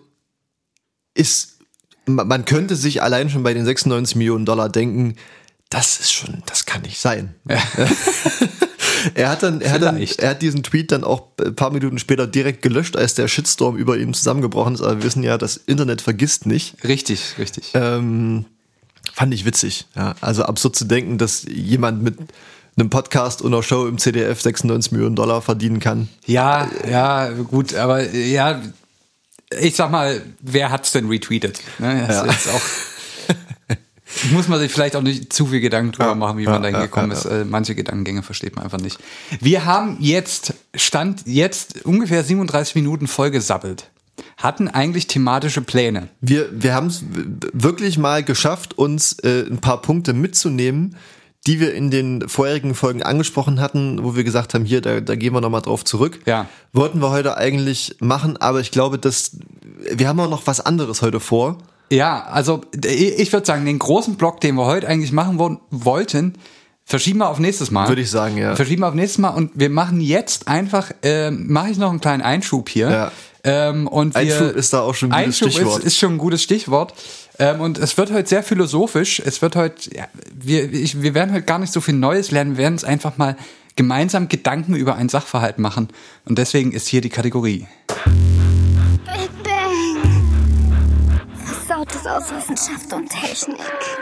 man könnte sich allein schon bei den 96 Millionen $ denken, das kann nicht sein. Ja. Er hat diesen Tweet dann auch ein paar Minuten später direkt gelöscht, als der Shitstorm über ihm zusammengebrochen ist. Aber wir wissen ja, das Internet vergisst nicht. Richtig. Fand ich witzig. Ja. Also absurd zu denken, dass jemand mit einem Podcast und einer Show im CDF 96 Millionen $ verdienen kann. Ja, gut, aber ja, ich sag mal, wer hat's denn retweetet? Ne? Das ist auch muss man sich vielleicht auch nicht zu viel Gedanken drüber machen, wie man da hingekommen ist. Manche Gedankengänge versteht man einfach nicht. Wir haben Stand jetzt ungefähr 37 Minuten vollgesabbelt. Hatten eigentlich thematische Pläne. Wir haben es wirklich mal geschafft, uns ein paar Punkte mitzunehmen, die wir in den vorherigen Folgen angesprochen hatten, wo wir gesagt haben, hier, da gehen wir nochmal drauf zurück. Ja. Wollten wir heute eigentlich machen, aber ich glaube, wir haben auch noch was anderes heute vor. Ja, also ich würde sagen, den großen Block, den wir heute eigentlich machen wollten, verschieben wir auf nächstes Mal. Würde ich sagen, ja. Verschieben wir auf nächstes Mal, und wir machen jetzt einfach, mache ich noch einen kleinen Einschub hier. Ja. Und Einschub ist da auch schon ein gutes Stichwort. Ist schon ein gutes Stichwort. Und es wird heute sehr philosophisch. Es wird heute, wir werden heute gar nicht so viel Neues lernen. Wir werden uns einfach mal gemeinsam Gedanken über einen Sachverhalt machen. Und deswegen ist hier die Kategorie. Big Bang. Versautes aus Wissenschaft und Technik.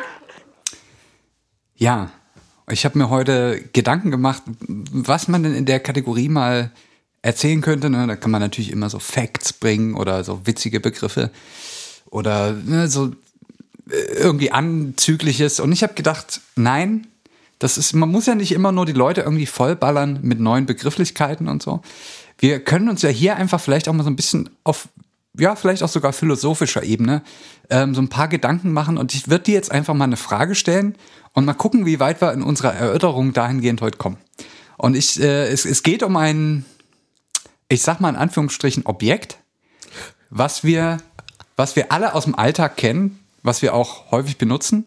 Ja, ich habe mir heute Gedanken gemacht, was man denn in der Kategorie mal erzählen könnte. Ne? Da kann man natürlich immer so Facts bringen oder so witzige Begriffe oder so irgendwie Anzügliches. Und ich habe gedacht, nein, man muss ja nicht immer nur die Leute irgendwie vollballern mit neuen Begrifflichkeiten und so. Wir können uns ja hier einfach vielleicht auch mal so ein bisschen auf, ja, vielleicht auch sogar philosophischer Ebene so ein paar Gedanken machen, und ich würde dir jetzt einfach mal eine Frage stellen und mal gucken, wie weit wir in unserer Erörterung dahingehend heute kommen. Und es geht um ein, ich sag mal in Anführungsstrichen, Objekt, was wir alle aus dem Alltag kennen, was wir auch häufig benutzen,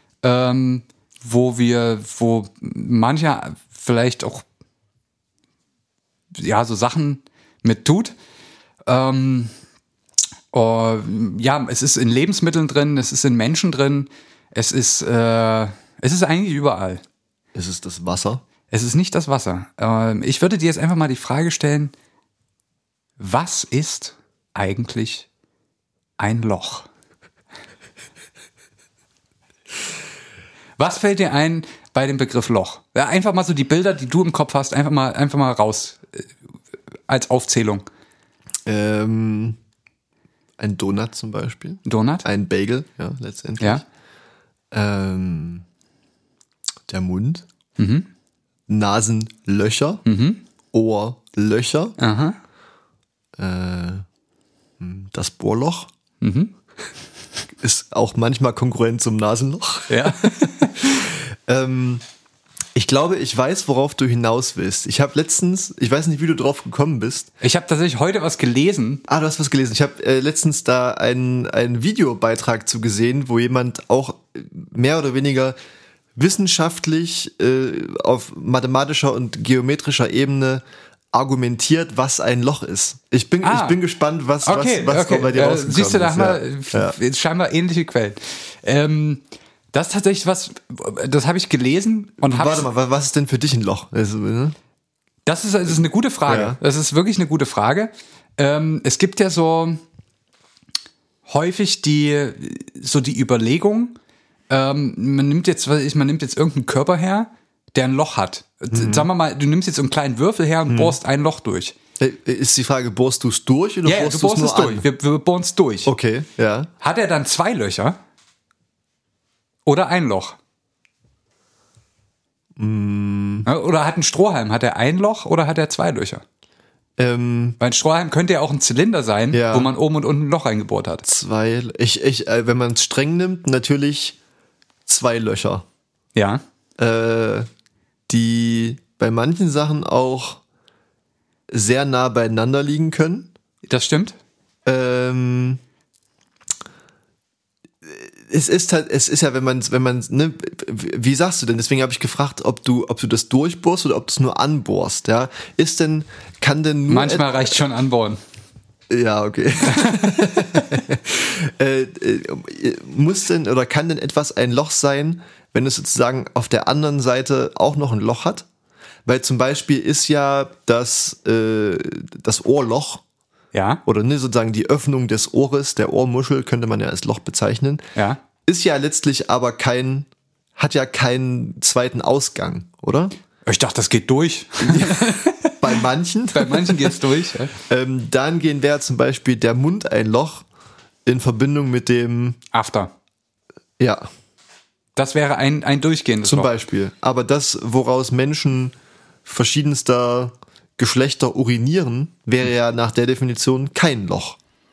wo mancher vielleicht auch ja so Sachen mit tut. Es ist in Lebensmitteln drin, es ist in Menschen drin, es ist eigentlich überall. Ist es das Wasser? Es ist nicht das Wasser. Ich würde dir jetzt einfach mal die Frage stellen, was ist eigentlich ein Loch? Was fällt dir ein bei dem Begriff Loch? Ja, einfach mal so die Bilder, die du im Kopf hast, einfach mal raus als Aufzählung. Ein Donut zum Beispiel. Donut? Ein Bagel, ja, letztendlich. Ja. Der Mund. Nasenlöcher. Ohrlöcher. Aha. Das Bohrloch. Ist auch manchmal konkurrent zum Nasenloch. Ja. Ich glaube, ich weiß, worauf du hinaus willst. Ich habe letztens, ich weiß nicht, wie du drauf gekommen bist. Ich habe tatsächlich heute was gelesen. Du hast was gelesen. Ich habe letztens da einen Videobeitrag zu gesehen, wo jemand auch mehr oder weniger wissenschaftlich auf mathematischer und geometrischer Ebene argumentiert, was ein Loch ist. Ich bin gespannt, was bei dir rausgekommen ist. Siehst du, da haben wir scheinbar ähnliche Quellen. Das ist tatsächlich was, das habe ich gelesen und habe. Warte mal, was ist denn für dich ein Loch? Das ist eine gute Frage. Ja. Das ist wirklich eine gute Frage. Es gibt ja so häufig die Überlegung, man nimmt jetzt irgendeinen Körper her, der ein Loch hat. Sagen wir mal, du nimmst jetzt einen kleinen Würfel her und bohrst ein Loch durch. Ist die Frage, bohrst du es durch oder Ja, du bohrst es durch. Wir bohren es durch. Okay, ja. Hat er dann 2 Löcher? Oder ein Loch? Oder hat ein Strohhalm, hat er ein Loch oder hat er 2 Löcher? Weil ein Strohhalm könnte ja auch ein Zylinder sein, Ja. wo man oben und unten ein Loch reingebohrt hat. Wenn man es streng nimmt, natürlich 2 Löcher. Ja. Die bei manchen Sachen auch sehr nah beieinander liegen können. Das stimmt. Es ist ja, wenn man, ne, wie sagst du denn? Deswegen habe ich gefragt, ob du das durchbohrst oder ob du es nur anbohrst, ja? Kann denn nur Manchmal reicht schon anbohren. Ja, okay. Kann denn etwas ein Loch sein, wenn es sozusagen auf der anderen Seite auch noch ein Loch hat? Weil zum Beispiel ist ja das Ohrloch, Ja. oder ne, sozusagen die Öffnung des Ohres, der Ohrmuschel, könnte man ja als Loch bezeichnen, Ja. ist ja letztlich aber hat ja keinen zweiten Ausgang, oder? Ich dachte, das geht durch. Bei manchen. Bei manchen geht's durch. Ja. Dann wäre zum Beispiel der Mund ein Loch in Verbindung mit dem, After. ja, Das wäre ein durchgehendes zum Loch. Beispiel. Aber das, woraus Menschen verschiedenster Geschlechter urinieren, wäre ja nach der Definition kein Loch.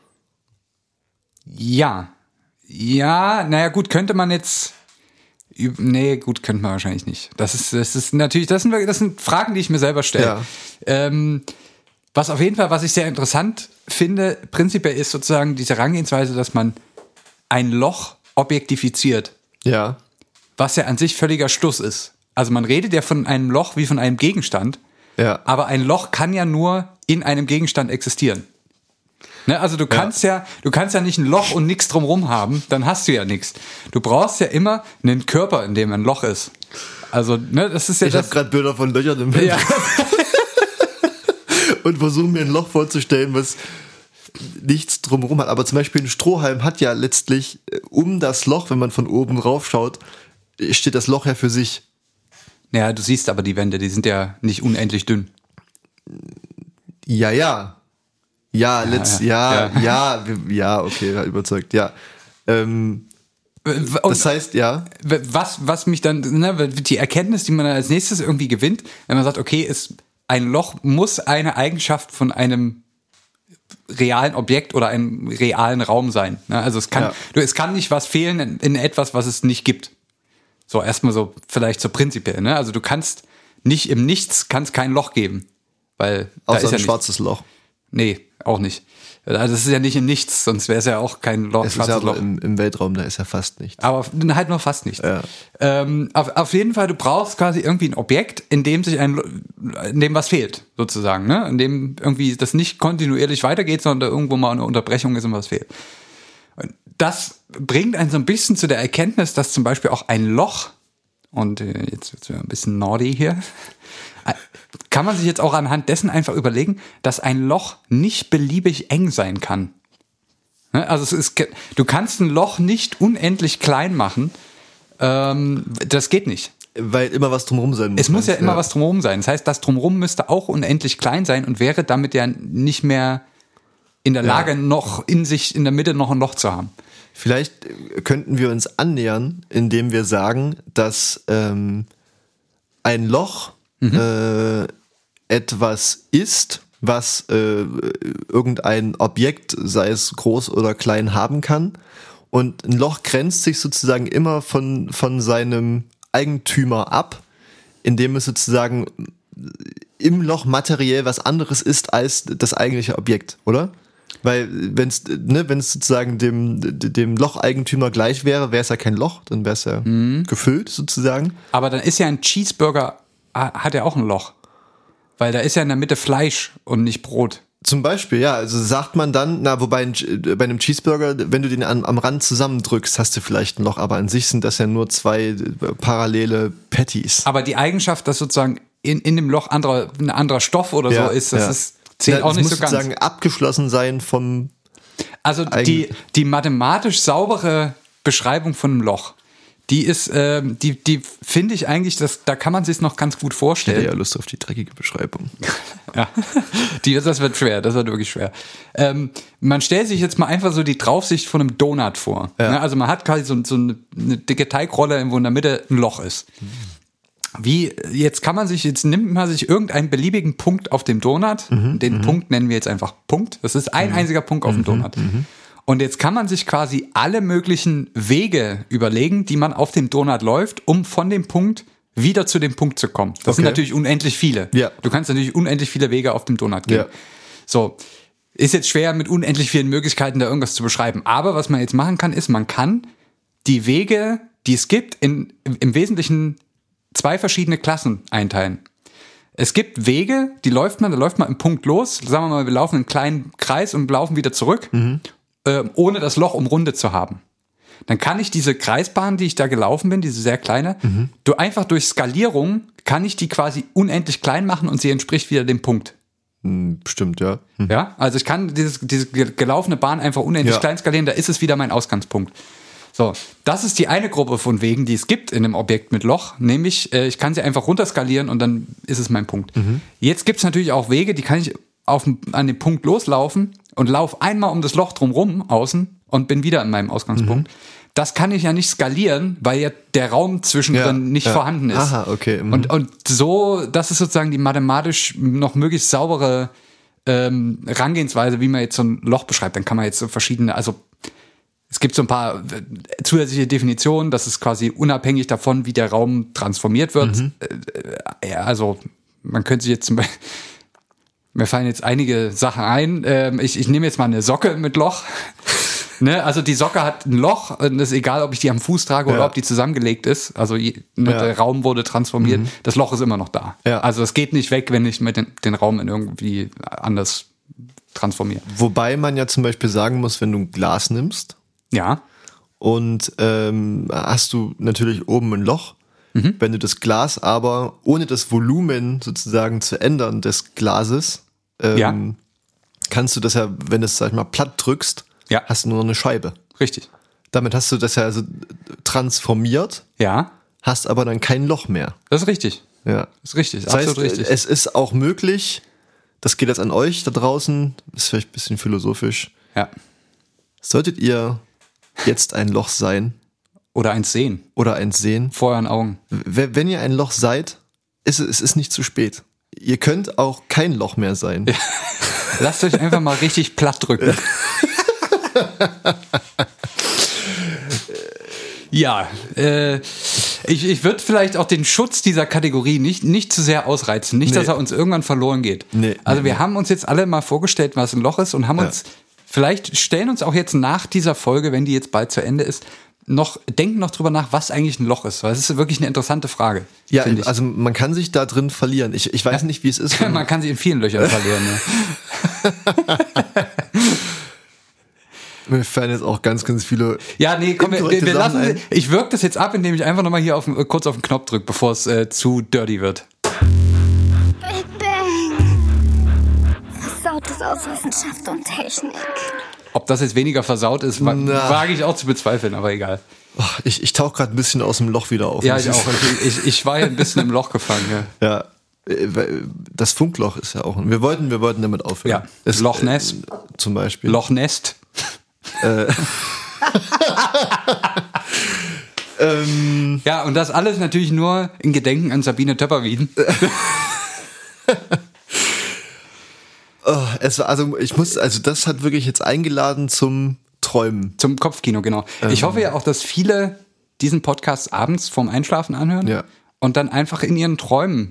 Ja. Ja, naja, gut, könnte man jetzt. Nee, gut, könnte man wahrscheinlich nicht. Das ist natürlich, das sind Fragen, die ich mir selber stelle. Ja. Was auf jeden Fall, was ich sehr interessant finde, prinzipiell ist sozusagen diese Herangehensweise, dass man ein Loch objektifiziert, Ja. was ja an sich völliger Stuss ist. Also man redet ja von einem Loch wie von einem Gegenstand, Ja. aber ein Loch kann ja nur in einem Gegenstand existieren. Ne, also du kannst ja nicht ein Loch und nichts drumrum haben, dann hast du ja nichts. Du brauchst ja immer einen Körper, in dem ein Loch ist. Also, ne, das ist ja Ich habe gerade Bilder von Löchern im Bild Ja. und versuche mir ein Loch vorzustellen, was nichts drumherum hat. Aber zum Beispiel ein Strohhalm hat ja letztlich um das Loch, wenn man von oben rauf schaut, steht das Loch ja für sich. Ja, du siehst aber die Wände, die sind ja nicht unendlich dünn. Ja, ja. Ja, okay, überzeugt, ja. Das heißt, ja. Was mich dann, ne, die Erkenntnis, die man dann als nächstes irgendwie gewinnt, wenn man sagt, okay, ein Loch muss eine Eigenschaft von einem realen Objekt oder einem realen Raum sein. Ne? Also es kann nicht was fehlen in etwas, was es nicht gibt. So, erstmal so, vielleicht so prinzipiell, ne? Also du kannst nicht im Nichts, kein Loch geben. Weil da Außer ist ja ein schwarzes Loch. Nee, auch nicht. Also es ist ja nicht im Nichts, sonst wäre es ja auch kein Loch, Es ist schwarzes ja aber Loch. im Weltraum, da ist ja fast nichts. Aber halt nur fast nichts. Ja. Auf jeden Fall, du brauchst quasi irgendwie ein Objekt, in dem was fehlt, sozusagen, ne? In dem irgendwie das nicht kontinuierlich weitergeht, sondern da irgendwo mal eine Unterbrechung ist und was fehlt. Und das bringt einen so ein bisschen zu der Erkenntnis, dass zum Beispiel auch ein Loch, und jetzt wird's wieder ein bisschen naughty hier, kann man sich jetzt auch anhand dessen einfach überlegen, dass ein Loch nicht beliebig eng sein kann. Also du kannst ein Loch nicht unendlich klein machen. Das geht nicht. Weil immer was drumherum sein muss. Es muss ja immer was drumherum sein. Das heißt, das drumherum müsste auch unendlich klein sein und wäre damit ja nicht mehr in der Lage, noch in der Mitte noch ein Loch zu haben. Vielleicht könnten wir uns annähern, indem wir sagen, dass ein Loch etwas ist, was irgendein Objekt, sei es groß oder klein, haben kann. Und ein Loch grenzt sich sozusagen immer von seinem Eigentümer ab, indem es sozusagen im Loch materiell was anderes ist als das eigentliche Objekt, oder? Weil wenn es sozusagen dem Locheigentümer gleich wäre, wäre es ja kein Loch, dann wäre es ja gefüllt sozusagen. Aber dann ist ja ein Cheeseburger, hat ja auch ein Loch. Weil da ist ja in der Mitte Fleisch und nicht Brot. Zum Beispiel, ja, also sagt man dann, wobei bei einem Cheeseburger, wenn du den am Rand zusammendrückst, hast du vielleicht ein Loch, aber an sich sind das ja nur zwei parallele Patties. Aber die Eigenschaft, dass sozusagen in dem Loch ein anderer Stoff oder so ist, zählt auch nicht so ganz. Das muss sozusagen abgeschlossen sein vom... Also die mathematisch saubere Beschreibung von einem Loch, die ist, die finde ich eigentlich, da kann man sich noch ganz gut vorstellen. Ich hätte ja Lust auf die dreckige Beschreibung. Ja, das wird schwer, das wird wirklich schwer. Man stellt sich jetzt mal einfach so die Draufsicht von einem Donut vor. Ja. Also man hat quasi so eine dicke Teigrolle, wo in der Mitte ein Loch ist. Jetzt nimmt man sich irgendeinen beliebigen Punkt auf dem Donut, den Punkt nennen wir jetzt einfach Punkt. Das ist ein einziger Punkt auf dem Donut. Und jetzt kann man sich quasi alle möglichen Wege überlegen, die man auf dem Donut läuft, um von dem Punkt wieder zu dem Punkt zu kommen. Das sind natürlich unendlich viele. Ja. Du kannst natürlich unendlich viele Wege auf dem Donut gehen. Ja. So, ist jetzt schwer mit unendlich vielen Möglichkeiten da irgendwas zu beschreiben. Aber was man jetzt machen kann, ist, man kann die Wege, die es gibt, im Wesentlichen 2 verschiedene Klassen einteilen. Es gibt Wege, da läuft man im Punkt los. Sagen wir mal, wir laufen einen kleinen Kreis und laufen wieder zurück. Ohne das Loch umrundet zu haben. Dann kann ich diese Kreisbahn, die ich da gelaufen bin, diese sehr kleine, einfach durch Skalierung kann ich die quasi unendlich klein machen und sie entspricht wieder dem Punkt. Bestimmt, ja. Ja, also ich kann diese gelaufene Bahn einfach unendlich klein skalieren, da ist es wieder mein Ausgangspunkt. So, das ist die eine Gruppe von Wegen, die es gibt in einem Objekt mit Loch, nämlich ich kann sie einfach runterskalieren und dann ist es mein Punkt. Jetzt gibt es natürlich auch Wege, die kann ich an dem Punkt loslaufen und laufe einmal um das Loch drumrum außen und bin wieder an meinem Ausgangspunkt. Das kann ich ja nicht skalieren, weil ja der Raum zwischendrin nicht vorhanden ist. Aha, okay. Und so, das ist sozusagen die mathematisch noch möglichst saubere Herangehensweise, wie man jetzt so ein Loch beschreibt. Dann kann man jetzt so verschiedene, also es gibt so ein paar zusätzliche Definitionen, das ist quasi unabhängig davon, wie der Raum transformiert wird. Also man könnte sich jetzt zum Beispiel, mir fallen jetzt einige Sachen ein. Ich nehme jetzt mal eine Socke mit Loch. Ne? Also die Socke hat ein Loch und es ist egal, ob ich die am Fuß trage oder ob die zusammengelegt ist. Also der Raum wurde transformiert. Das Loch ist immer noch da. Ja. Also es geht nicht weg, wenn ich mit den Raum in irgendwie anders transformiere. Wobei man ja zum Beispiel sagen muss, wenn du ein Glas nimmst und hast du natürlich oben ein Loch. Wenn du das Glas aber ohne das Volumen sozusagen zu ändern des Glases kannst du das ja, wenn du es, sag ich mal, platt drückst, hast du nur eine Scheibe. Richtig. Damit hast du das ja also transformiert, hast aber dann kein Loch mehr. Das ist richtig. Ja. Das ist richtig, das absolut heißt, richtig. Es ist auch möglich, das geht jetzt an euch da draußen, ist vielleicht ein bisschen philosophisch. Ja. Solltet ihr jetzt ein Loch sein, oder eins sehen. Vor euren Augen. Wenn ihr ein Loch seid, es ist nicht zu spät. Ihr könnt auch kein Loch mehr sein. Ja. Lasst euch einfach mal richtig platt drücken. Ja, ich würde vielleicht auch den Schutz dieser Kategorie nicht zu sehr ausreizen. Nicht, dass er uns irgendwann verloren geht. Also wir haben uns jetzt alle mal vorgestellt, was ein Loch ist und haben uns, vielleicht stellen uns auch jetzt nach dieser Folge, wenn die jetzt bald zu Ende ist, denken noch drüber nach, was eigentlich ein Loch ist. Weil es ist wirklich eine interessante Frage. Ja, also man kann sich da drin verlieren. Ich weiß nicht, wie es ist. Man kann sich in vielen Löchern verlieren. Mir fallen jetzt auch ganz, ganz viele. Ja, nee, komm, wir lassen. Ich wirke das jetzt ab, indem ich einfach nochmal hier kurz auf den Knopf drücke, bevor es zu dirty wird. Big Bang. es aus Wissenschaft und Technik. Ob das jetzt weniger versaut ist, wage ich auch zu bezweifeln, aber egal. Ich tauche gerade ein bisschen aus dem Loch wieder auf. Ja, ich auch. Ich war ja ein bisschen im Loch gefangen. Ja. Das Funkloch ist ja auch. Wir wollten damit aufhören. Ja. Loch Ness. Zum Beispiel. Loch Nest. Ja, und das alles natürlich nur in Gedenken an Sabine Töpperwien. Das hat wirklich jetzt eingeladen zum Träumen. Zum Kopfkino, genau. Ich hoffe ja auch, dass viele diesen Podcast abends vorm Einschlafen anhören und dann einfach in ihren Träumen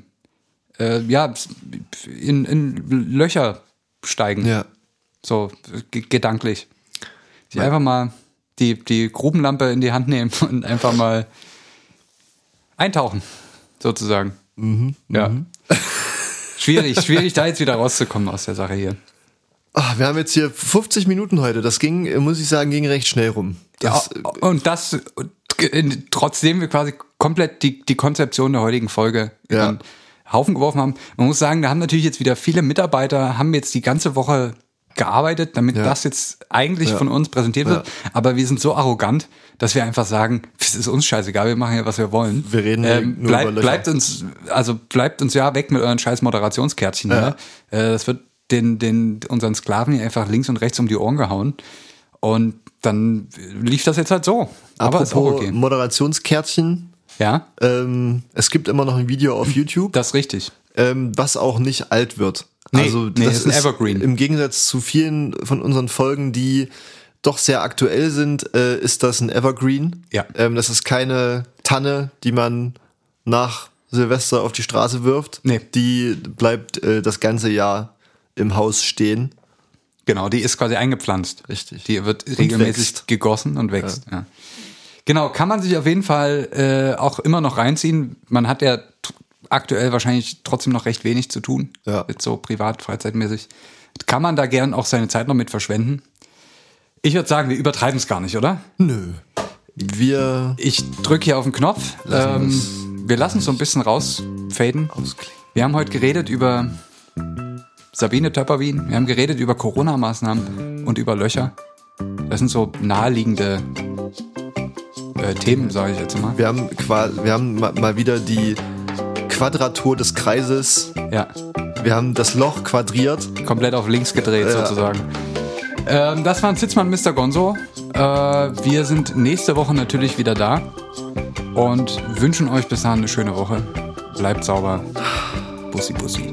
in Löcher steigen. Ja. So gedanklich. Die einfach mal die Grubenlampe in die Hand nehmen und einfach mal eintauchen, sozusagen. Ja. Schwierig, da jetzt wieder rauszukommen aus der Sache hier. Wir haben jetzt hier 50 Minuten heute. Das ging, muss ich sagen, recht schnell rum. Und das, trotzdem wir quasi komplett die Konzeption der heutigen Folge über den Haufen geworfen haben. Man muss sagen, da haben natürlich jetzt wieder viele Mitarbeiter, haben jetzt die ganze Woche gearbeitet, damit das jetzt eigentlich von uns präsentiert wird. Aber wir sind so arrogant, dass wir einfach sagen, es ist uns scheißegal, wir machen ja, was wir wollen. Wir reden nur über Löcher. Bleibt uns ja weg mit euren scheiß Moderationskärtchen. Ja. Ne? Das wird unseren Sklaven hier einfach links und rechts um die Ohren gehauen. Und dann lief das jetzt halt so. Aber ist auch okay. Moderationskärtchen. Ja. Es gibt immer noch ein Video auf YouTube. Das ist richtig. Was auch nicht alt wird. Das ist ein Evergreen. Im Gegensatz zu vielen von unseren Folgen, die doch sehr aktuell sind, ist das ein Evergreen. Ja. Das ist keine Tanne, die man nach Silvester auf die Straße wirft. Nee. Die bleibt das ganze Jahr im Haus stehen. Genau, die ist quasi eingepflanzt. Richtig. Die wird regelmäßig gegossen und wächst. Ja. Genau, kann man sich auf jeden Fall auch immer noch reinziehen. Man hat ja aktuell wahrscheinlich trotzdem noch recht wenig zu tun. Ja. Jetzt so privat, freizeitmäßig. Kann man da gern auch seine Zeit noch mit verschwenden. Ich würde sagen, wir übertreiben es gar nicht, oder? Nö. Ich drücke hier auf den Knopf. Wir lassen es so ein bisschen rausfaden. Wir haben heute geredet über Sabine Töpperwien. Wir haben geredet über Corona-Maßnahmen und über Löcher. Das sind so naheliegende Themen, sage ich jetzt mal. Wir haben mal wieder die Quadratur des Kreises. Ja. Wir haben das Loch quadriert. Komplett auf links gedreht, sozusagen. Das war ein Sitzmann Mr. Gonzo. Wir sind nächste Woche natürlich wieder da und wünschen euch bis dahin eine schöne Woche. Bleibt sauber. Bussi, bussi.